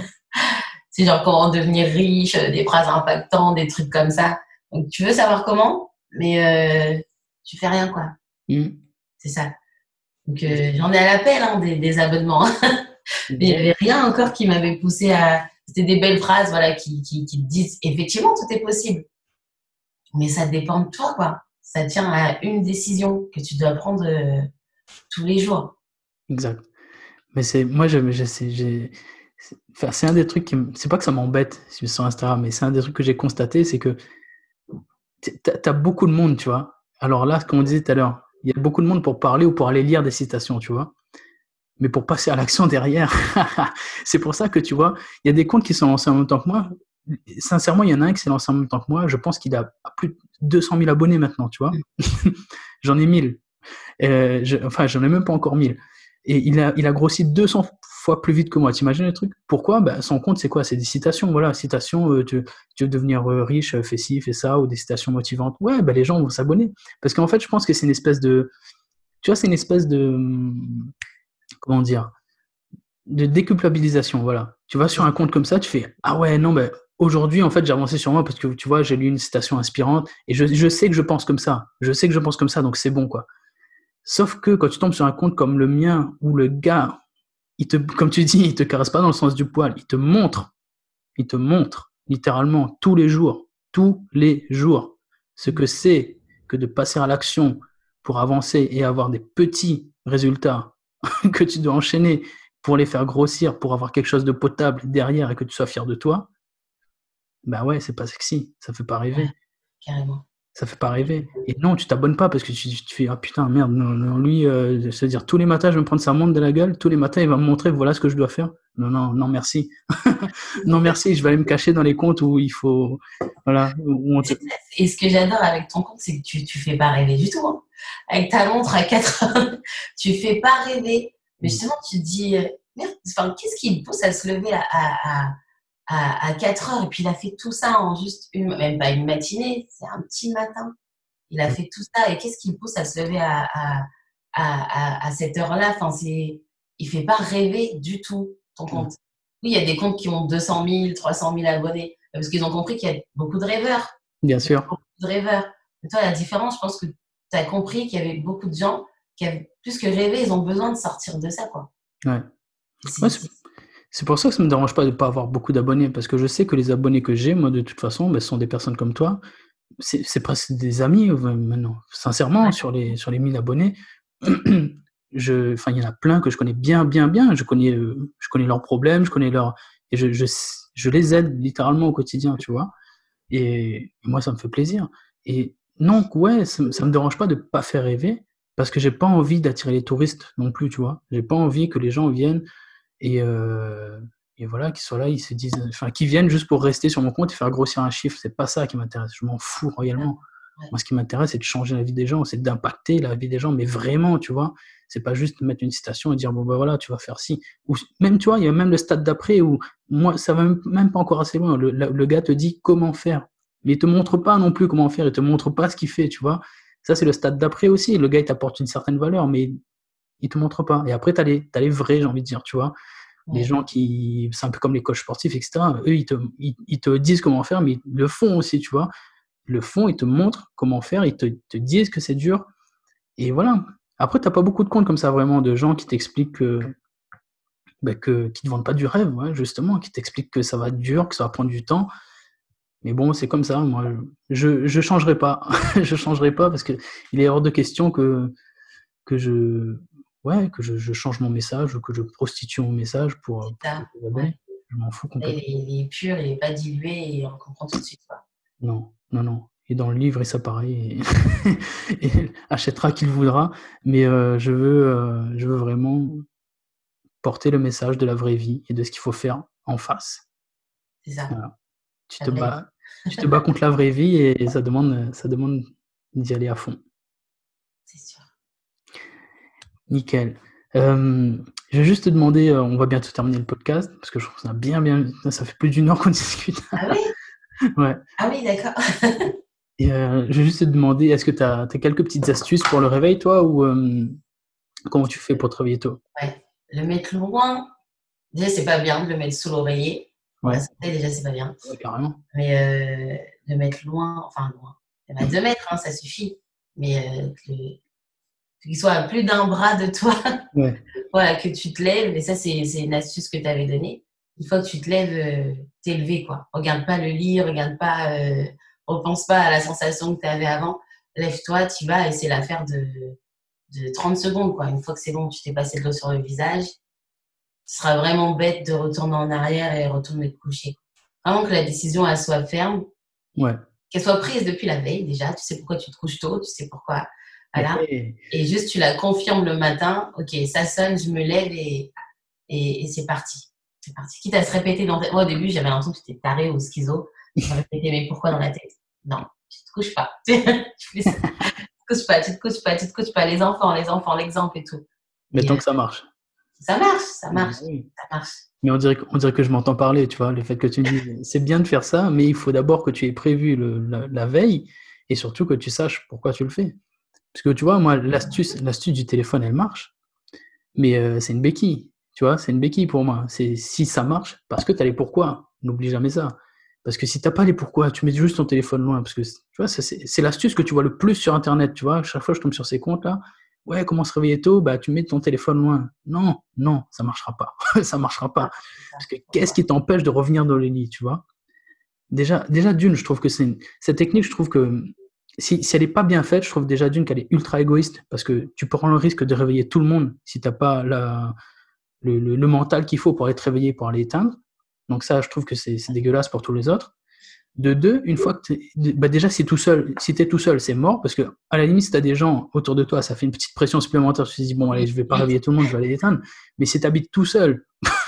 c'est genre comment devenir riche, euh, des phrases impactantes, des trucs comme ça. Donc, tu veux savoir comment, mais euh, tu fais rien, quoi. Mm. C'est ça. Donc, euh, j'en ai à l'appel hein, des, des abonnements. Mais il n'y avait rien encore qui m'avait poussé à. C'était des belles phrases voilà, qui, qui, qui te disent effectivement tout est possible. Mais ça dépend de toi, quoi. Ça tient à une décision que tu dois prendre euh, tous les jours. Exact. Mais c'est, moi, je, je sais, j'ai, c'est, enfin, c'est un des trucs qui, me- c'est pas que ça m'embête sur Instagram, mais c'est un des trucs que j'ai constaté, c'est que t'as, t'as beaucoup de monde, tu vois. Alors là, comme on disait tout à l'heure, il y a beaucoup de monde pour parler ou pour aller lire des citations, tu vois. Mais pour passer à l'action derrière, c'est pour ça que tu vois, il y a des comptes qui sont lancés en même temps que moi. Sincèrement, il y en a un qui s'est lancé en même temps que moi. Je pense qu'il a plus de deux cent mille abonnés maintenant, tu vois. J'en ai mille. Euh, je, enfin, j'en ai même pas encore mille. Et il a, il a grossi deux cents fois plus vite que moi. T'imagines le truc? Pourquoi? Ben, son compte, c'est quoi? C'est des citations. Voilà, citations, euh, tu, tu veux devenir euh, riche, euh, fais ci, fais ça, ou des citations motivantes. Ouais, ben, les gens vont s'abonner. Parce qu'en fait, je pense que c'est une espèce de. Tu vois, c'est une espèce de. Comment dire? De déculpabilisation. Voilà. Tu vas sur un compte comme ça, tu fais ah ouais, non, ben. Aujourd'hui, en fait, j'ai avancé sur moi parce que tu vois, j'ai lu une citation inspirante et je, je sais que je pense comme ça. Je sais que je pense comme ça, donc c'est bon, quoi. Sauf que quand tu tombes sur un compte comme le mien, où le gars, il te, comme tu dis, il te caresse pas dans le sens du poil, il te montre, il te montre, littéralement, tous les jours, tous les jours, ce que c'est que de passer à l'action pour avancer et avoir des petits résultats que tu dois enchaîner pour les faire grossir, pour avoir quelque chose de potable derrière et que tu sois fier de toi, ben ouais, c'est pas sexy, ça fait pas rêver. Carrément. Ça fait pas rêver. Et non, tu t'abonnes pas parce que tu, tu fais ah putain merde, non, non, lui, euh, se dire tous les matins je vais me prendre sa montre de la gueule, tous les matins il va me montrer voilà ce que je dois faire. Non, non, non merci. Non merci, je vais aller me cacher dans les comptes où il faut. Voilà, où on te. Et ce que j'adore avec ton compte, c'est que tu ne fais pas rêver du tout. Hein. Avec ta montre à quatre heures, tu fais pas rêver. Mais justement, tu te dis, euh, merde, enfin, qu'est-ce qui me pousse à se lever à, à, à, à quatre heures? Et puis il a fait tout ça en juste une, même pas une matinée, c'est un petit matin. Il a fait tout ça. Et qu'est-ce qui me pousse à se lever à, à, à, à, à cette heure-là? Enfin, c'est, il fait pas rêver du tout, ton compte. Oui, il y a des comptes qui ont deux cent mille, trois cent mille abonnés. Parce qu'ils ont compris qu'il y a beaucoup de rêveurs. Bien sûr. Beaucoup de rêveurs. Mais toi, la différence, je pense que tu as compris qu'il y avait beaucoup de gens qui avaient plus que rêver, ils ont besoin de sortir de ça, quoi. Ouais. Et Ouais, c'est, c'est c'est- c'est pour ça que ça me dérange pas de pas avoir beaucoup d'abonnés parce que je sais que les abonnés que j'ai, moi de toute façon, ben, ce sont des personnes comme toi. c'est, c'est presque des amis euh, maintenant. Sincèrement, Ouais. sur les, sur les mille abonnés, je, enfin, il y en a plein que je connais bien, bien, bien. Je connais, euh, je connais leurs problèmes, je connais leurs, et je, je, je les aide littéralement au quotidien, tu vois. Et, et moi, ça me fait plaisir. Et non, ouais, ça, ça me dérange pas de pas faire rêver parce que j'ai pas envie d'attirer les touristes non plus, tu vois. J'ai pas envie que les gens viennent et, euh, et voilà, qu'ils soient là, ils se disent, enfin, qu'ils viennent juste pour rester sur mon compte et faire grossir un chiffre. C'est pas ça qui m'intéresse. Je m'en fous royalement. Ouais. Moi, ce qui m'intéresse, c'est de changer la vie des gens, c'est d'impacter la vie des gens, mais vraiment, tu vois. C'est pas juste mettre une citation et dire, bon, ben voilà, tu vas faire ci. Ou même, tu vois, il y a même le stade d'après où, moi, ça va même, même pas encore assez loin. Le, le, le gars te dit comment faire. Mais il te montre pas non plus comment faire, il te montre pas ce qu'il fait, tu vois. Ça, c'est le stade d'après aussi. Le gars, il t'apporte une certaine valeur, mais il te montre pas. Et après, t'as les, t'as les vrais, j'ai envie de dire, tu vois. Les Ouais. gens qui, c'est un peu comme les coachs sportifs, et cetera. Eux, ils te, ils, ils te disent comment faire, mais ils le font aussi, tu vois. Ils le font, ils te montrent comment faire, ils te, te disent que c'est dur. Et voilà. Après, t'as pas beaucoup de comptes comme ça, vraiment, de gens qui t'expliquent que, bah, que, qui te vendent pas du rêve, ouais, justement, qui t'expliquent que ça va être dur, que ça va prendre du temps. Mais bon, c'est comme ça. Moi, je je changerai pas. Je changerai pas parce que il est hors de question que que je ouais que je, je change mon message ou que je prostitue mon message pour C'est pour ça. quelques Ouais. abonnés. Je m'en fous Là, il est, complètement. il est pur, il n'est pas dilué et on comprend tout de suite, quoi. Non, non, non. Et dans le livre, et ça pareil. Et, et achètera qui le voudra. Mais euh, je veux euh, je veux vraiment porter le message de la vraie vie et de ce qu'il faut faire en face. C'est ça, Voilà. Tu la te vraie vie. bats, tu te bats contre la vraie vie et ça demande, ça demande d'y aller à fond. C'est sûr. Nickel. Euh, je vais juste te demander, euh, on va bientôt terminer le podcast parce que je trouve que ça a bien, bien, ça fait plus d'une heure qu'on discute. Ah oui? Ouais. Ah oui, d'accord. Et euh, je vais juste te demander, est-ce que tu as quelques petites astuces pour le réveil, toi, ou euh, comment tu fais pour te réveiller tôt? Ouais. Le mettre loin, déjà, c'est pas bien de le mettre sous l'oreiller. Pour la Ouais, santé, déjà, c'est pas bien. ouais, carrément. Mais euh, de mettre loin, enfin loin, il y en a deux mètres, hein, ça suffit. Mais euh, que- qu'il soit à plus d'un bras de toi, Ouais, voilà, que tu te lèves. Et ça, c'est c'est une astuce que tu avais donnée. Une fois que tu te lèves, euh, t'es levé, quoi. Regarde pas le lit, regarde pas, euh, repense pas à la sensation que tu avais avant. Lève-toi, tu vas et c'est l'affaire de, de trente secondes, quoi. Une fois que c'est bon, tu t'es passé de l'eau sur le visage, ce sera vraiment bête de retourner en arrière et retourner te coucher. Vraiment que la décision, elle soit ferme, ouais. qu'elle soit prise depuis la veille déjà. Tu sais pourquoi tu te couches tôt, tu sais pourquoi. Voilà. Ouais. Et juste, tu la confirmes le matin. Ok, ça sonne, je me lève et, et, et c'est parti. C'est parti. Quitte à se répéter dans ta... Moi, au début, j'avais l'impression que tu étais taré ou schizo. Je me répétais, mais pourquoi dans la tête? Non, tu te couches pas. tu fais ça. Tu te couches pas, tu te couches pas, tu te couches pas. Les enfants, les enfants, l'exemple et tout. Mais Et tant euh, que ça marche. ça marche, ça Bah marche, oui. ça marche. Mais on dirait, que- on dirait que je m'entends parler, tu vois, le fait que tu me dises, c'est bien de faire ça, mais il faut d'abord que tu aies prévu le, la, la veille et surtout que tu saches pourquoi tu le fais. Parce que tu vois, moi, l'astuce, l'astuce du téléphone, elle marche, mais euh, c'est une béquille, tu vois, c'est une béquille pour moi. C'est si ça marche, parce que tu as les pourquoi. N'oublie jamais ça. Parce que si t'as pas les pourquoi, tu mets juste ton téléphone loin. Parce que tu vois, ça, c'est c'est l'astuce que tu vois le plus sur Internet. Tu vois, chaque fois que je tombe sur ces comptes-là, ouais, comment se réveiller tôt, bah tu mets ton téléphone loin. Non, non, ça marchera pas. Ça marchera pas. C'est ça. Parce que qu'est-ce qui t'empêche de revenir dans le lit, tu vois? Déjà, déjà d'une, je trouve que c'est une- cette technique, je trouve que si, si elle est pas bien faite, je trouve déjà d'une qu'elle est ultra égoïste parce que tu prends le risque de réveiller tout le monde si t'as pas la, le, le, le mental qu'il faut pour être réveillé, pour aller éteindre. Donc ça, je trouve que c'est c'est dégueulasse pour tous les autres. De deux, une fois que t'es, bah déjà si tout seul, si t'es tout seul, c'est mort parce que à la limite si t'as des gens autour de toi, ça fait une petite pression supplémentaire. Tu te dis bon allez, je vais pas réveiller tout le monde, je vais aller l'éteindre. Mais si t'habites tout seul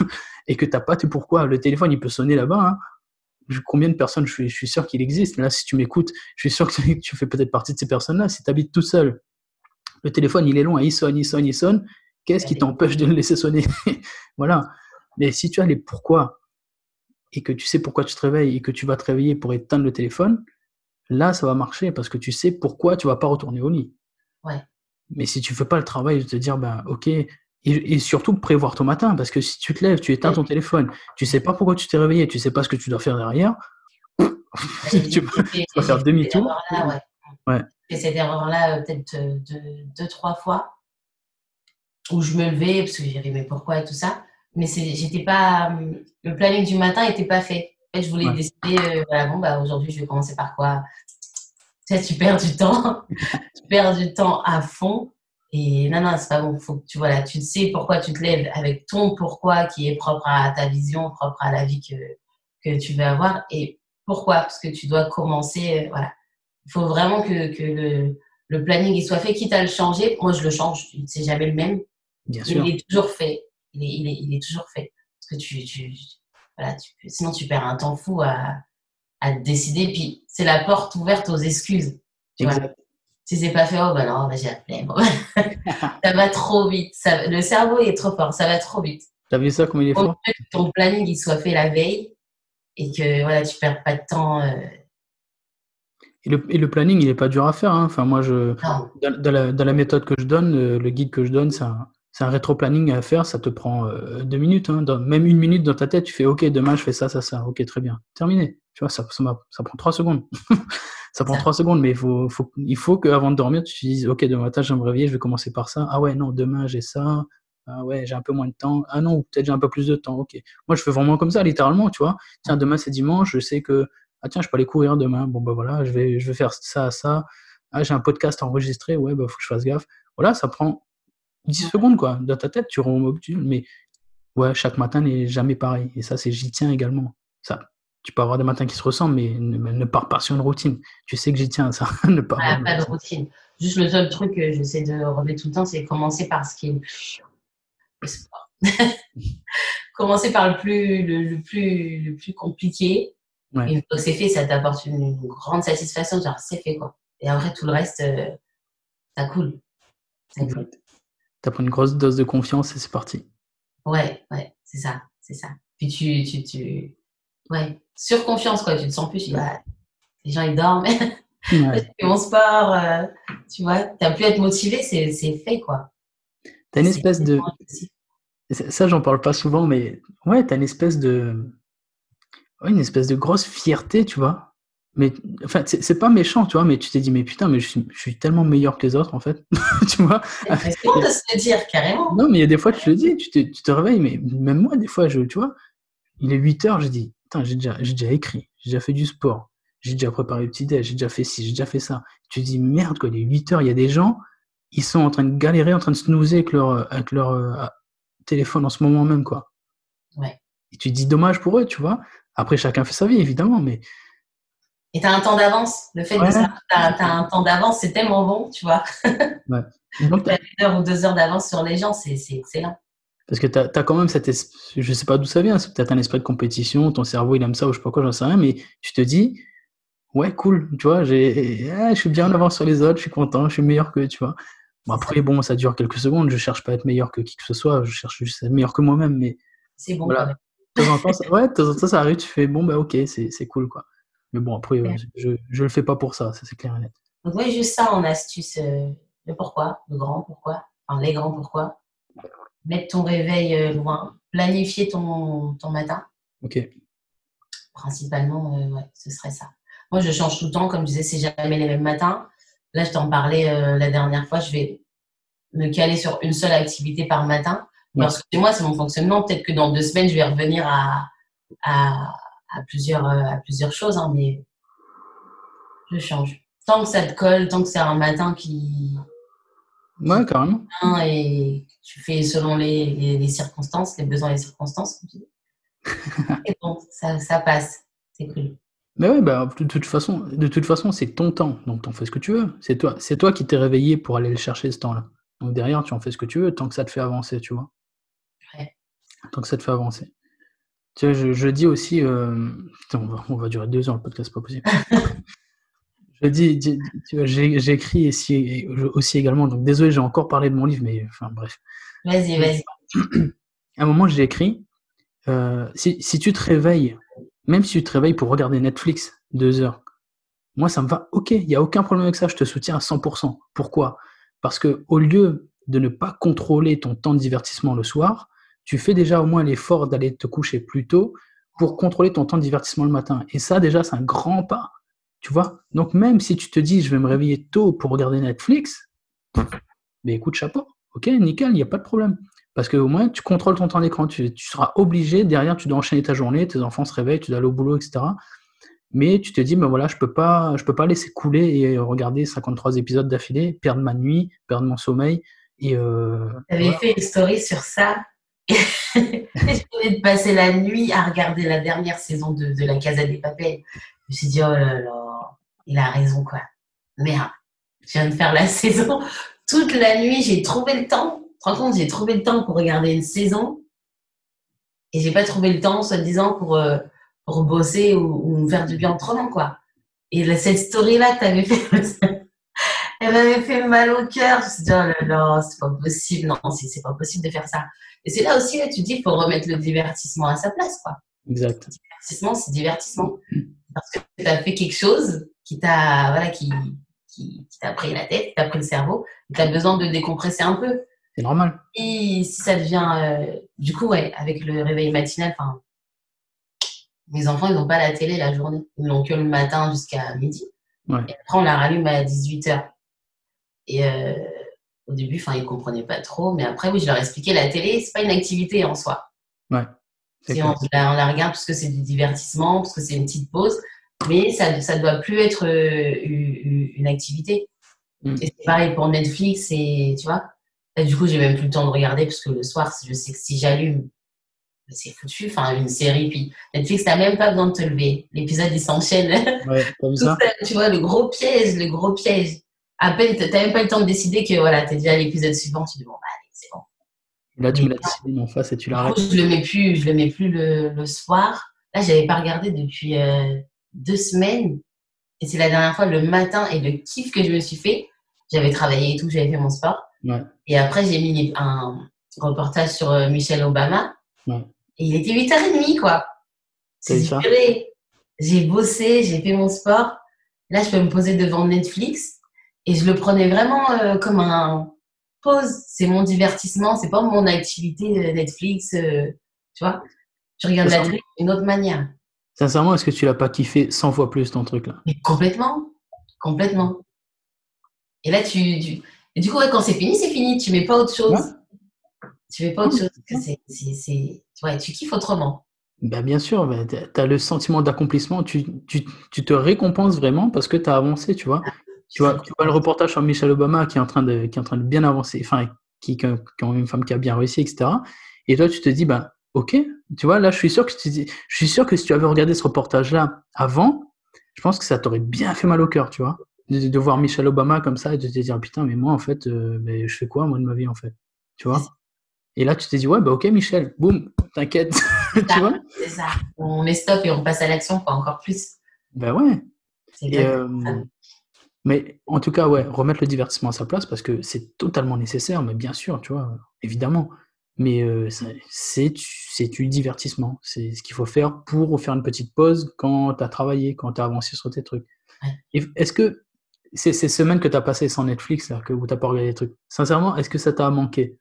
et que t'as pas tout pourquoi, le téléphone il peut sonner là-bas. Hein. Combien de personnes, je suis, je suis sûr qu'il existe. Là, si tu m'écoutes, je suis sûr que tu fais peut-être partie de ces personnes-là. Si t'habites tout seul, le téléphone il est loin, il sonne, il sonne, il sonne. Qu'est-ce qui t'empêche de le laisser sonner? Voilà. Mais si tu as les pourquoi et que tu sais pourquoi tu te réveilles et que tu vas te réveiller pour éteindre le téléphone, là, ça va marcher parce que tu sais pourquoi tu vas pas retourner au lit. Ouais. Mais si tu fais pas le travail de te dire, ben, ok, et, et surtout prévoir ton matin, parce que si tu te lèves, tu éteins ton téléphone, tu sais pas pourquoi tu t'es réveillé, tu sais pas ce que tu dois faire derrière, J'ai tu, vas, j'ai tu fait, vas j'ai faire fait cette demi-tour. erreur-là, ouais. Ouais, J'ai fait cette erreur-là euh, peut-être euh, deux, deux, trois fois où je me levais parce que j'avais mais pourquoi et tout ça. Mais c'est, j'étais pas, euh, le planning du matin n'était pas fait. En fait, je voulais ouais, décider, euh, voilà, bon, bah, aujourd'hui, je vais commencer par quoi? Tu sais, tu perds du temps. Tu perds du temps à fond. Et non, non, c'est pas bon. Faut que tu, voilà, tu sais pourquoi tu te lèves avec ton pourquoi qui est propre à ta vision, propre à la vie que, que tu veux avoir. Et pourquoi? Parce que tu dois commencer, euh, voilà. Il faut vraiment que, que le, le planning il soit fait, quitte à le changer. Moi, je le change. C'est jamais le même. Bien Mais il sûr. est toujours fait. Il est, il est, il est toujours fait. Parce que tu, tu, voilà, tu, sinon, tu perds un temps fou à, à te décider. Puis, c'est la porte ouverte aux excuses. Tu vois. Exact. Si c'est pas fait, oh ben non, ben j'ai appelé. Bon. Ça va trop vite. Ça, le cerveau il est trop fort. Ça va trop vite. T'as vu ça, comme il est Au mieux fort? que ton planning il soit fait la veille et que voilà, tu perds pas de temps. Euh... Et le, et le planning, il n'est pas dur à faire. Hein. Enfin, moi, je, Non. dans, dans la, dans la méthode que je donne, le, le guide que je donne, c'est un, c'est un rétro-planning à faire. Ça te prend euh, deux minutes. Hein. Dans, même une minute dans ta tête, tu fais OK, demain, je fais ça, ça, ça. OK, très bien. Terminé. Tu vois, ça, ça, m'a- ça prend trois secondes. Ça prend Ça. trois secondes, mais il faut, faut, il faut qu'avant de dormir, tu te dises OK, demain matin, je vais me réveiller, je vais commencer par ça. Ah ouais, non, demain, j'ai ça. Ah ouais, j'ai un peu moins de temps. Ah non, peut-être j'ai un peu plus de temps. OK. Moi, je fais vraiment comme ça, littéralement, tu vois. Tiens, demain, c'est dimanche, je sais que ah tiens, je peux aller courir demain. Bon, bah voilà, je vais, je vais faire ça, ça. Ah, j'ai un podcast enregistré. Ouais, bah faut que je fasse gaffe. Voilà, ça prend dix secondes, quoi. Dans ta tête, tu remobiles. Mais ouais, chaque matin n'est jamais pareil. Et ça, c'est j'y tiens également. Ça, tu peux avoir des matins qui se ressemblent, mais ne, ne pars pas sur une routine. Tu sais que j'y tiens, ça. Ne pas avoir Ah, de pas de routine. routine. Juste le seul truc que j'essaie de relever tout le temps, c'est commencer par ce qui est le sport. Commencer par le plus, le, le plus, le plus compliqué. Ouais, Et une fois que c'est fait, ça t'apporte une, une grande satisfaction. Genre, c'est fait, quoi. Et après, tout le reste, euh, ça coule. Ça coule. exact. Tu prends une grosse dose de confiance et c'est parti. Ouais, ouais, c'est ça, c'est ça. Puis tu, tu, tu, ouais, surconfiance, quoi. Tu te sens plus, tu dis, ah, les gens, ils dorment. Ouais. Tu fais mon sport, euh, tu vois. Tu as pu être motivé, c'est, c'est fait, quoi. T'as une C'est espèce de. possible. Ça, j'en parle pas souvent, mais ouais, t'as une espèce de. Ouais, une espèce de grosse fierté, tu vois. Mais enfin, c'est, c'est pas méchant, tu vois, mais tu t'es dit, mais putain, mais je suis, je suis tellement meilleur que les autres, en fait. Tu vois. C'est bon de se le dire, carrément. Non, mais il y a des fois, tu te le dis, tu te, tu te réveilles, mais même moi, des fois, je, tu vois, il est huit heures, je dis, putain, j'ai déjà, j'ai déjà écrit, j'ai déjà fait du sport, j'ai déjà préparé le petit-déj, j'ai déjà fait ci, j'ai déjà fait ça. Tu te dis, merde, quoi, il est huit heures, il y a des gens, ils sont en train de galérer, en train de snoozer avec leur, avec leur euh, téléphone en ce moment même, quoi. Ouais. Et tu te dis, dommage pour eux, tu vois. Après, chacun fait sa vie, évidemment, mais. Et tu as un temps d'avance. Le fait de Ouais. savoir que tu as un temps d'avance, c'est tellement bon, tu vois. Ouais. Donc, Tu as une heure ou deux heures d'avance sur les gens, c'est, c'est excellent. parce que tu as quand même cette espèce, je sais pas d'où ça vient, c'est peut-être un esprit de compétition, ton cerveau il aime ça ou je sais pas quoi, j'en sais rien, mais tu te dis, ouais, cool, tu vois, j'ai, ah, je suis bien en avance sur les autres, je suis content, je suis meilleur qu'eux, tu vois. Bon, après, bon, ça dure quelques secondes, je cherche pas à être meilleur que qui que ce soit, je cherche juste à être meilleur que moi-même, mais C'est bon quand voilà. même. De temps en temps, ça, ouais, de temps en temps, ça arrive, tu fais, bon, bah, ok, c'est, c'est cool, quoi. Mais bon, après, euh, je, je le fais pas pour ça, ça c'est clair et net. Donc, oui, juste ça en astuce. Euh, le pourquoi, le grand pourquoi, enfin les grands pourquoi. Mettre ton réveil euh, loin, planifier ton, ton matin. Ok. Principalement, euh, ouais, ce serait ça. Moi, je change tout le temps. Comme je disais, c'est jamais les mêmes matins. Là, je t'en parlais euh, la dernière fois. Je vais me caler sur une seule activité par matin. Ouais. Parce que chez moi, c'est mon fonctionnement. Peut-être que dans deux semaines, je vais revenir à, à, à, plusieurs, euh, à plusieurs choses. Hein, mais je change. Tant que ça te colle, tant que c'est un matin qui, Ouais, carrément. et tu fais selon les, les, les circonstances, les besoins et les circonstances. Et bon, ça, ça passe. C'est cool. Mais ouais, bah, de toute façon, de toute façon, c'est ton temps, donc t'en fais ce que tu veux. C'est toi, c'est toi qui t'es réveillé pour aller le chercher ce temps-là. Donc derrière, tu en fais ce que tu veux, tant que ça te fait avancer, tu vois. Ouais. Tant que ça te fait avancer. Tu sais, je, je dis aussi, euh... Putain, on va, on va durer deux heures le podcast, c'est pas possible. Je dis, tu vois, j'ai, j'écris aussi, aussi également, donc désolé, j'ai encore parlé de mon livre, mais enfin bref. Vas-y, vas-y. À un moment, j'ai écrit, euh, si, si tu te réveilles, même si tu te réveilles pour regarder Netflix deux heures, moi, ça me va, ok, il n'y a aucun problème avec ça, je te soutiens à cent pour cent. Pourquoi? Parce que au lieu de ne pas contrôler ton temps de divertissement le soir, tu fais déjà au moins l'effort d'aller te coucher plus tôt pour contrôler ton temps de divertissement le matin. Et ça, déjà, c'est un grand pas. Tu vois? Donc, même si tu te dis, je vais me réveiller tôt pour regarder Netflix, mais écoute, chapeau. Ok, nickel, il n'y a pas de problème. Parce qu'au moins, tu contrôles ton temps d'écran. Tu, tu seras obligé, derrière, tu dois enchaîner ta journée, tes enfants se réveillent, tu dois aller au boulot, et cetera. mais tu te dis, ben voilà, je peux pas, je peux pas laisser couler et regarder cinquante-trois épisodes d'affilée, perdre ma nuit, perdre mon sommeil. Et euh, J'avais voilà. fait une story sur ça. Et je venais de passer la nuit à regarder la dernière saison de, de La Casa des Papel. Je me suis dit, oh là là, il a raison, quoi. Merde, je viens de faire la saison. Toute la nuit, j'ai trouvé le temps. Tu te rends compte, j'ai trouvé le temps pour regarder une saison. Et j'ai pas trouvé le temps, soi-disant, pour, euh, pour bosser ou, ou me faire du bien autrement, quoi. Et là, cette story-là que tu avais fait, elle m'avait fait mal au cœur. Je me suis dit, oh là là, c'est pas possible. Non, c'est, c'est pas possible de faire ça. Et c'est là aussi, là, tu te dis, il faut remettre le divertissement à sa place, quoi. Exact. Divertissement, c'est divertissement. Parce que tu as fait quelque chose qui t'a, voilà, qui, qui, qui t'a pris la tête, qui t'a pris le cerveau, tu as besoin de décompresser un peu. C'est normal. Et si ça devient, euh, du coup, ouais, avec le réveil matinal, enfin, mes enfants, ils n'ont pas la télé la journée. Ils l'ont que le matin jusqu'à midi. Ouais. Et après, on la rallume à dix-huit heures. Et euh, au début, enfin, ils comprenaient pas trop, mais après, oui, je leur expliquais la télé, c'est pas une activité en soi. Ouais. C'est Si on, clair. la, on la regarde parce que c'est du divertissement, parce que c'est une petite pause, mais ça, ça doit plus être euh, une, une activité. Mm. Et c'est pareil pour Netflix, et tu vois. Là, du coup, j'ai même plus le temps de regarder parce que le soir, je sais que si j'allume, c'est foutu. Enfin, une série, puis Netflix, t'as même pas besoin de te lever. L'épisode, il s'enchaîne. Ouais, t'as vu Tout ça? seul, tu vois, le gros piège, le gros piège. À peine, t'as même pas le temps de décider que voilà, t'es déjà à l'épisode suivant, tu dis bon, bah, allez, c'est bon. Là, tu Mais mets la discipline en face et tu du coup, l'arrêtes. je le mets plus, je le mets plus le, le soir. Là, j'avais pas regardé depuis euh, deux semaines. Et c'est la dernière fois, le matin, et le kiff que je me suis fait. J'avais travaillé et tout, j'avais fait mon sport. Ouais. Et après, j'ai mis un reportage sur euh, Michelle Obama. Ouais. Et il était huit heures trente, quoi. T'as C'est vu ça? différé. J'ai bossé, j'ai fait mon sport. Là, je peux me poser devant Netflix. Et je le prenais vraiment euh, comme un pause. C'est mon divertissement, c'est pas mon activité euh, Netflix. Euh, tu vois, je regarde la Sincèrement, télé d'une autre manière. sincèrement, est-ce que tu l'as pas kiffé cent fois plus ton truc là? Mais complètement, complètement. Et là, tu, tu... Et du coup, ouais, quand c'est fini, c'est fini. Tu mets pas autre Ouais. chose. Tu mets pas autre chose. Que c'est, c'est, c'est... Ouais, tu kiffes autrement. Ben, bien sûr, ben, tu as le sentiment d'accomplissement, tu, tu, tu te récompenses vraiment parce que tu as avancé, tu vois. Je Tu suis vois, très tu vois le contente. reportage sur Michelle Obama qui est en train de, qui est en train de bien avancer, enfin, qui, qui, qui est une femme qui a bien réussi, et cetera. Et toi, tu te dis, ben, ok, tu vois, là, je suis sûr que tu dis, je suis sûr que si tu avais regardé ce reportage-là avant, je pense que ça t'aurait bien fait mal au cœur, tu vois, de, de voir Michelle Obama comme ça et de te dire, putain, mais moi, en fait, euh, ben, je fais quoi, moi, de ma vie, en fait, tu C'est ça. vois. Et là, tu te dis, ouais, bah, ok, Michel, boum, t'inquiète, C'est tu ça. vois. C'est ça. On met stop et on passe à l'action, quoi, encore plus. Ben ouais. C'est Et exactement euh, ça. mais en tout cas, ouais, remettre le divertissement à sa place parce que c'est totalement nécessaire, mais bien sûr, tu vois, évidemment. Mais euh, c'est, c'est, du- c'est du divertissement. C'est ce qu'il faut faire pour faire une petite pause quand tu as travaillé, quand tu as avancé sur tes trucs. Ouais. Et est-ce que ces, ces semaines que tu as passées sans Netflix, là, que, où tu n'as pas regardé des trucs, sincèrement, est-ce que ça t'a manqué?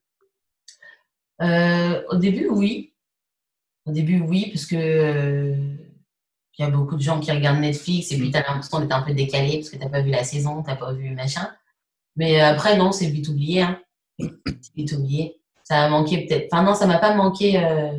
Euh, au début, oui. Au début, oui, parce que euh, il y a beaucoup de gens qui regardent Netflix et puis Mm. tu as l'impression d'être un peu décalé parce que tu n'as pas vu la saison, tu n'as pas vu machin. Mais euh, après, non, c'est vite oublié. Hein. C'est vite oublié. Ça m'a manqué peut-être. Enfin, non, ça m'a pas manqué. Euh...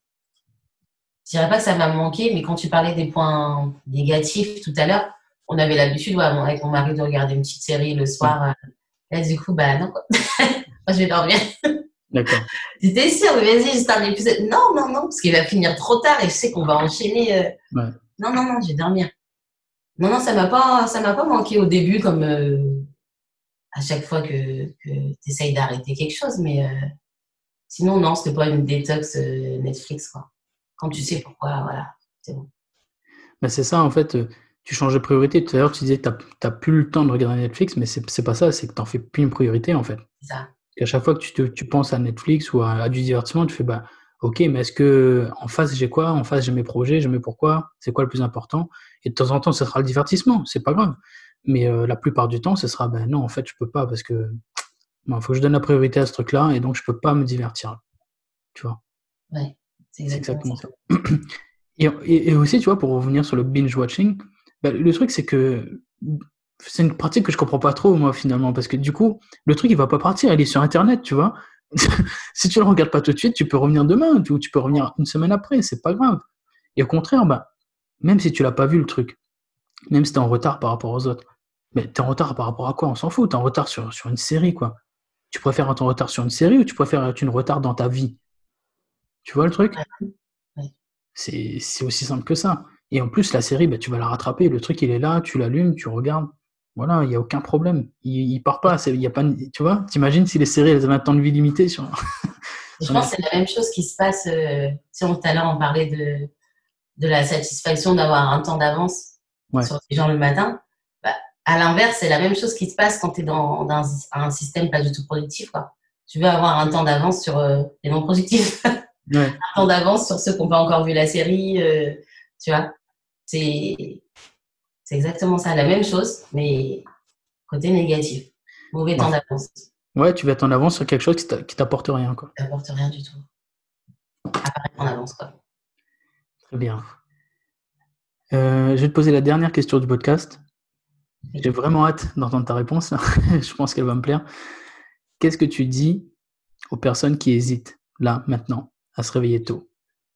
Je dirais pas que ça m'a manqué, mais quand tu parlais des points négatifs tout à l'heure, on avait l'habitude, ouais, avec mon mari, de regarder une petite série le Ouais, soir. Euh, Là, du coup, bah non, quoi. Moi, je vais dormir. d'accord. J'étais sûre, mais vas-y, juste un épisode. Non, non, non, parce qu'il va finir trop tard et je sais qu'on va enchaîner. euh, Ouais. Non, non, non, je vais dormir. Non, non, ça m'a pas, ça m'a pas manqué au début, comme euh, à chaque fois que, que tu essayes d'arrêter quelque chose, mais euh, sinon, non, c'était pas une détox euh, Netflix, quoi. Quand tu sais pourquoi, voilà, c'est bon. Ben, c'est ça, en fait, euh, tu changes de priorité. Tout à l'heure, tu disais que tu n'as plus le temps de regarder Netflix, mais c'est c'est pas ça, c'est que tu n'en fais plus une priorité, en fait. C'est ça. À chaque fois que tu, te, tu penses à Netflix ou à, à du divertissement, tu fais bah ok, mais est-ce que en face j'ai quoi? En face j'ai mes projets, j'ai mes pourquoi, c'est quoi le plus important? Et de temps en temps, ce sera le divertissement, c'est pas grave. Mais euh, la plupart du temps, ce sera ben non, en fait, je peux pas parce que il faut que je donne la priorité à ce truc-là et donc je peux pas me divertir. Tu vois, Ouais, c'est c'est exactement exactement ça. ça. Et, et, et aussi, tu vois, pour revenir sur le binge watching, ben, le truc c'est que c'est une pratique que je comprends pas trop moi finalement parce que du coup le truc il va pas partir, il est sur internet, tu vois. Si tu le regardes pas tout de suite, tu peux revenir demain ou tu peux revenir une semaine après, c'est pas grave. Et au contraire, bah même si tu l'as pas vu le truc, Même si tu es en retard par rapport aux autres. Mais tu es en retard par rapport à quoi? On s'en fout. Tu es en retard sur, sur une série, quoi. Tu préfères être en retard sur une série ou tu préfères être en retard dans ta vie? Tu vois le truc? Ouais, ouais. C'est, c'est aussi simple que ça. Et en plus, la série, bah, tu vas la rattraper. Le truc, il est là, tu l'allumes, tu regardes. Voilà, il n'y a aucun problème. Il, il part pas. Il y a pas, tu vois, t'imagines si les séries, elles avaient un temps de vie limité sur, Et je sur pense que c'est Netflix. la même chose qui se passe, euh, si on, tout à l'heure, on parlait de, de la satisfaction d'avoir un temps d'avance Ouais, sur les gens le matin. Bah, à l'inverse, c'est la même chose qui se passe quand tu es dans, dans un système pas du tout productif, quoi. Tu veux avoir un temps d'avance sur euh, les non productifs, un ouais, temps d'avance sur ceux qui n'ont pas encore vu la série, euh, tu vois. C'est, c'est exactement ça, la même chose, mais côté négatif. Mauvais ouais. temps d'avance. Ouais, tu vas être en avance sur quelque chose qui t'a- qui t'apporte rien, quoi. Ça n'apporte rien du tout. Apparaître en avance, quoi. Très bien. Euh, je vais te poser la dernière question du podcast. J'ai Oui. vraiment hâte d'entendre ta réponse, là. Je pense qu'elle va me plaire. Qu'est-ce que tu dis aux personnes qui hésitent, là, maintenant, à se réveiller tôt?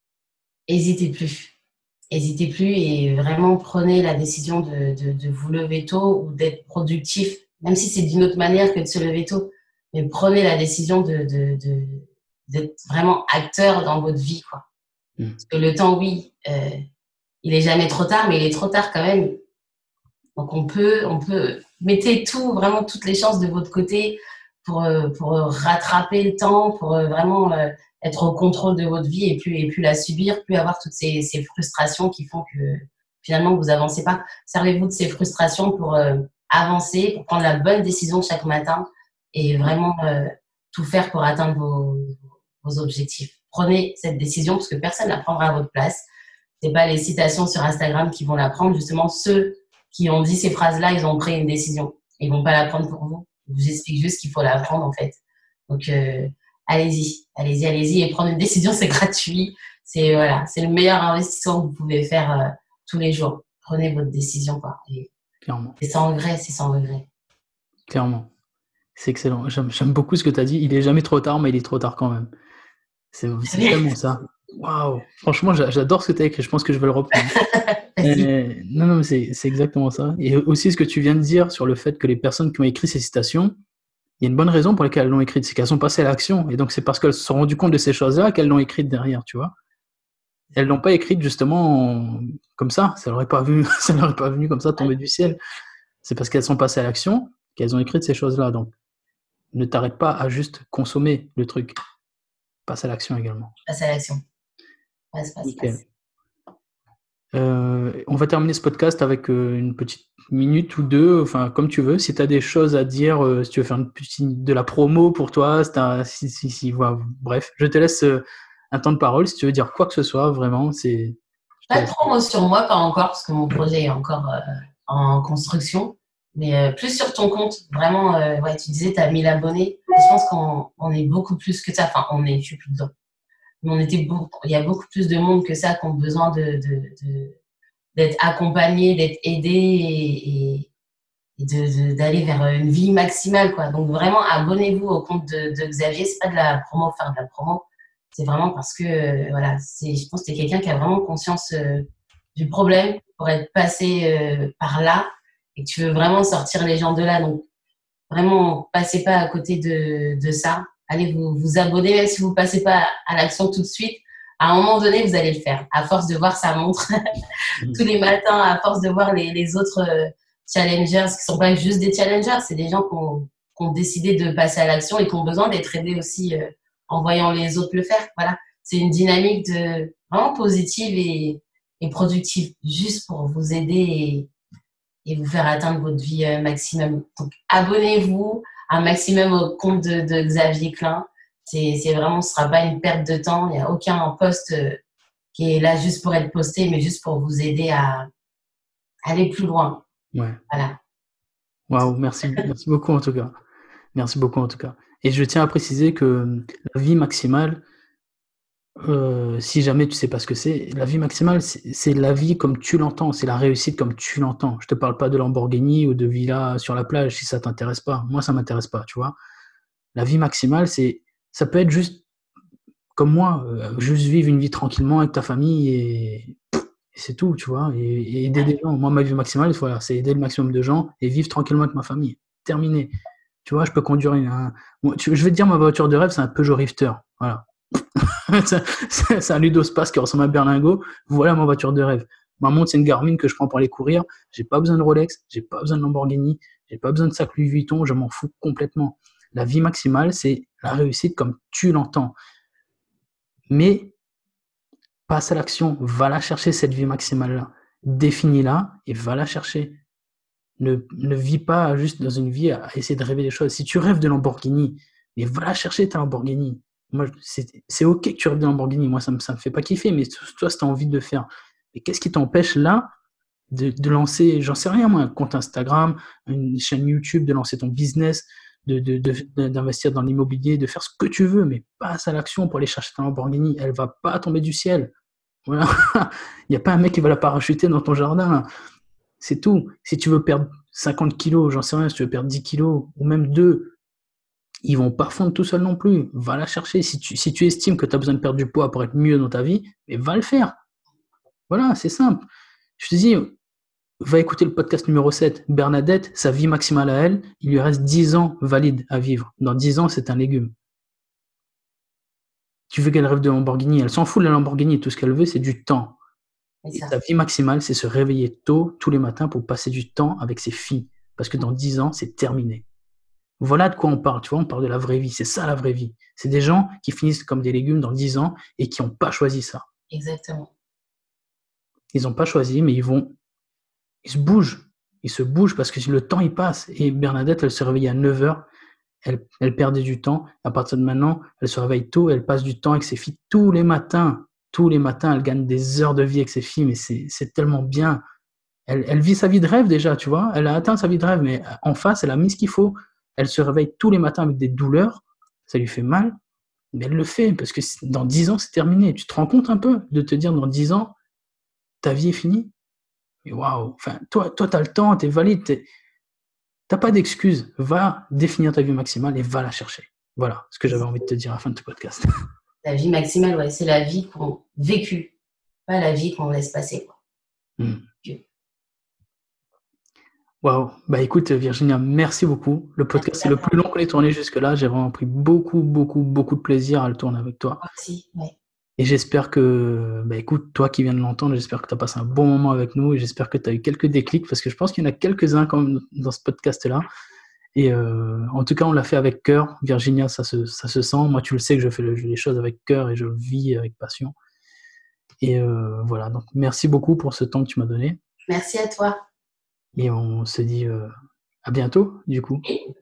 Hésitez plus. Hésitez plus et vraiment prenez la décision de, de, de vous lever tôt ou d'être productif, même si c'est d'une autre manière que de se lever tôt. Mais prenez la décision de, de, de, d'être vraiment acteur dans votre vie, quoi. Mm. Parce que le temps, oui, euh, il est jamais trop tard, mais il est trop tard quand même. Donc on peut, on peut, mettez tout, vraiment toutes les chances de votre côté pour, euh, pour rattraper le temps, pour euh, vraiment euh, être au contrôle de votre vie et plus, et plus la subir, plus avoir toutes ces, ces frustrations qui font que finalement vous avancez pas. Servez-vous de ces frustrations pour euh, avancer, pour prendre la bonne décision chaque matin et vraiment euh, tout faire pour atteindre vos, vos objectifs. Prenez cette décision parce que personne ne la prendra à votre place. C'est pas les citations sur Instagram qui vont la prendre. Justement, ceux qui ont dit ces phrases-là, ils ont pris une décision. Ils vont pas la prendre pour vous. Je vous explique juste qu'il faut la prendre, en fait. Donc, euh, allez-y, allez-y, allez-y. Et prendre une décision, c'est gratuit. C'est, voilà, c'est le meilleur investissement que vous pouvez faire euh, tous les jours. Prenez votre décision, quoi. Et Clairement, c'est sans regret, c'est sans regret. clairement. C'est excellent. J'aime, j'aime beaucoup ce que tu as dit. Il est jamais trop tard, mais il est trop tard quand même. C'est, c'est tellement ça. Waouh! Franchement, j'a- j'adore ce que tu as écrit. Je pense que je vais le reprendre. Vas-y. Euh, non, non, mais c'est, c'est exactement ça. Et aussi ce que tu viens de dire sur le fait que les personnes qui ont écrit ces citations, il y a une bonne raison pour laquelle elles l'ont écrite, c'est qu'elles sont passées à l'action. Et donc, c'est parce qu'elles se sont rendues compte de ces choses-là qu'elles l'ont écrite derrière, tu vois. Elles l'ont pas écrite justement en- comme ça. Ça leur est pas venu, ça leur est pas venu comme ça tomber du ciel. C'est parce qu'elles sont passées à l'action qu'elles ont écrit ces choses-là. Donc, ne t'arrête pas à juste consommer le truc. Passe à l'action également. Passe à l'action. Passe, passe, Nickel. passe. Euh, on va terminer ce podcast avec euh, une petite minute ou deux, enfin comme tu veux. Si tu as des choses à dire, euh, si tu veux faire une petite, de la promo pour toi, si t'as- si, si, si, voilà, bref, je te laisse euh, un temps de parole. Si tu veux dire quoi que ce soit, vraiment, c'est, je te Pas de laisse. promo sur moi, pas encore, parce que mon projet est encore euh, en construction. Mais euh, plus sur ton compte, vraiment, euh, ouais, tu disais, tu as mille abonnés. Et je pense qu'on on est beaucoup plus que ça. Enfin, on est, je suis plus dedans. Mais on était beaucoup, il y a beaucoup plus de monde que ça qui ont besoin de, de, de- d'être accompagnés, d'être aidés et, et- et de, de- d'aller vers une vie maximale, quoi. Donc vraiment, abonnez-vous au compte de, de Xavier. C'est pas de la promo, faire de la promo. C'est vraiment parce que, euh, voilà, c'est, je pense que c'est quelqu'un qui a vraiment conscience euh, du problème pour être passé euh, par là et que tu veux vraiment sortir les gens de là. Donc, vraiment, passez pas à côté de, de ça. Allez vous, vous abonner, même si vous passez pas à l'action tout de suite. À un moment donné, vous allez le faire. À force de voir sa montre tous les matins, à force de voir les, les autres euh, challengers, qui sont pas juste des challengers, c'est des gens qui ont, qui ont décidé de passer à l'action et qui ont besoin d'être aidés aussi euh, en voyant les autres le faire. Voilà. C'est une dynamique de, vraiment positive et, et productive, juste pour vous aider et, et vous faire atteindre votre vie euh, maximum. Donc, abonnez-vous un maximum au compte de, de Xavier Klein. C'est, c'est vraiment, ce sera pas une perte de temps. Il n'y a aucun poste euh, qui est là juste pour être posté, mais juste pour vous aider à aller plus loin. Ouais. Voilà. Waouh, merci, merci beaucoup en tout cas. Merci beaucoup en tout cas. Et je tiens à préciser que la vie maximale, euh, si jamais tu sais pas ce que c'est, la vie maximale, c'est c'est la vie comme tu l'entends, c'est la réussite comme tu l'entends. Je te parle pas de Lamborghini ou de villa sur la plage si ça t'intéresse pas. Moi, ça m'intéresse pas, tu vois. La vie maximale, c'est, ça peut être juste comme moi, euh, juste vivre une vie tranquillement avec ta famille et, et Et c'est tout, tu vois. Et, et aider des gens. Moi, ma vie maximale, voilà, c'est aider le maximum de gens et vivre tranquillement avec ma famille. Terminé. Tu vois, je peux conduire une. Un, bon, tu, je vais te dire, ma voiture de rêve, c'est un Peugeot Rifter. Voilà. c'est, c'est un Ludospace qui ressemble à un berlingot. Voilà ma voiture de rêve. Ma montre, c'est une Garmin que je prends pour aller courir. J'ai pas besoin de Rolex, j'ai pas besoin de Lamborghini, j'ai pas besoin de sac Louis Vuitton, je m'en fous complètement. La vie maximale, c'est la réussite comme tu l'entends. Mais passe à l'action, va la chercher cette vie maximale-là. Définis-la et va la chercher. Ne, ne vis pas juste dans une vie à essayer de rêver des choses. Si tu rêves de Lamborghini, mais va la chercher ta Lamborghini. Moi, c'est, c'est ok que tu rêves de Lamborghini. Moi, ça me, ça me fait pas kiffer, mais toi, si tu as envie de le faire. Mais qu'est-ce qui t'empêche là de, de lancer, j'en sais rien moi, un compte Instagram, une chaîne YouTube, de lancer ton business, de, de, de, d'investir dans l'immobilier, de faire ce que tu veux, mais passe à l'action pour aller chercher ta Lamborghini. Elle va pas tomber du ciel. Voilà. Il n'y a pas un mec qui va la parachuter dans ton jardin. C'est tout. Si tu veux perdre cinquante kilos, j'en sais rien, si tu veux perdre dix kilos, ou même deux, ils vont pas fondre tout seul non plus. Va la chercher. Si tu, si tu estimes que tu as besoin de perdre du poids pour être mieux dans ta vie, mais va le faire. Voilà, c'est simple. Je te dis, va écouter le podcast numéro sept. Bernadette, sa vie maximale à elle, il lui reste dix ans valides à vivre. Dans dix ans, c'est un légume. Tu veux qu'elle rêve de Lamborghini, elle s'en fout de la Lamborghini. Tout ce qu'elle veut, c'est du temps. Et sa vie maximale, c'est se réveiller tôt, tous les matins, pour passer du temps avec ses filles. Parce que dans dix ans, c'est terminé. Voilà de quoi on parle. Tu vois, on parle de la vraie vie. C'est ça, la vraie vie. C'est des gens qui finissent comme des légumes dans dix ans et qui n'ont pas choisi ça. Exactement. Ils n'ont pas choisi, mais ils vont... Ils se bougent. Ils se bougent parce que le temps, il passe. Et Bernadette, elle se réveillait à neuf heures. Elle, elle perdait du temps. À partir de maintenant, elle se réveille tôt. Elle passe du temps avec ses filles tous les matins. Tous les matins, elle gagne des heures de vie avec ses filles. Mais c'est, c'est tellement bien. Elle, elle vit sa vie de rêve déjà, tu vois. Elle a atteint sa vie de rêve. Mais en face, elle a mis ce qu'il faut. Elle se réveille tous les matins avec des douleurs. Ça lui fait mal. Mais elle le fait parce que dans dix ans, c'est terminé. Tu te rends compte un peu de te dire dans dix ans, ta vie est finie? Mais waouh, enfin, toi, toi, t'as le temps, t'es valide, t'es... t'as pas d'excuses. Va définir ta vie maximale et va la chercher. Voilà ce que j'avais envie de te dire à la fin de ce podcast. La vie maximale, ouais, c'est la vie qu'on vécu, pas la vie qu'on laisse passer, quoi. Hmm. Waouh, bah écoute Virginia, merci beaucoup. Le podcast c'est le plus long qu'on ait tourné jusque-là. J'ai vraiment pris beaucoup, beaucoup, beaucoup de plaisir à le tourner avec toi. Moi aussi, ouais. Et j'espère que, bah écoute, toi qui viens de l'entendre, j'espère que tu as passé un bon moment avec nous et j'espère que tu as eu quelques déclics parce que je pense qu'il y en a quelques-uns quand même dans ce podcast-là. Et euh, en tout cas, on l'a fait avec cœur. Virginia, ça se, ça se sent. Moi, tu le sais que je fais le, les choses avec cœur et je le vis avec passion. Et euh, voilà, donc merci beaucoup pour ce temps que tu m'as donné. Merci à toi. Et on se dit euh, à bientôt, du coup.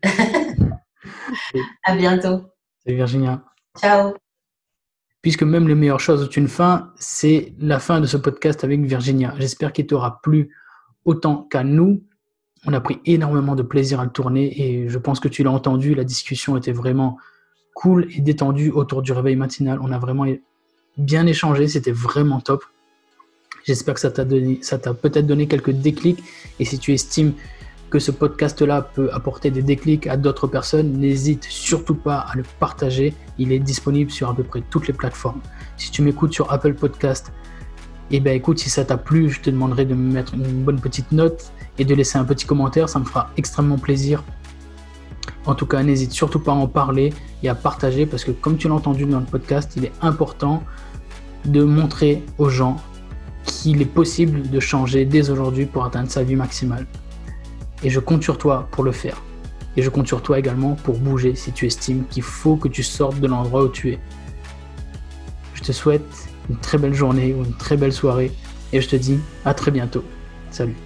À bientôt. Salut Virginia. Ciao. Puisque même les meilleures choses ont une fin, c'est la fin de ce podcast avec Virginia. J'espère qu'il t'aura plu autant qu'à nous. On a pris énormément de plaisir à le tourner et je pense que tu l'as entendu, la discussion était vraiment cool et détendue autour du réveil matinal. On a vraiment bien échangé, c'était vraiment top. J'espère que ça t'a donné, ça t'a peut-être donné quelques déclics et si tu estimes que ce podcast-là peut apporter des déclics à d'autres personnes, n'hésite surtout pas à le partager. Il est disponible sur à peu près toutes les plateformes. Si tu m'écoutes sur Apple Podcast, eh ben écoute, si ça t'a plu, je te demanderai de me mettre une bonne petite note et de laisser un petit commentaire. Ça me fera extrêmement plaisir. En tout cas, n'hésite surtout pas à en parler et à partager parce que comme tu l'as entendu dans le podcast, il est important de montrer aux gens qu'il est possible de changer dès aujourd'hui pour atteindre sa vie maximale. Et je compte sur toi pour le faire. Et je compte sur toi également pour bouger si tu estimes qu'il faut que tu sortes de l'endroit où tu es. Je te souhaite une très belle journée ou une très belle soirée et je te dis à très bientôt. Salut.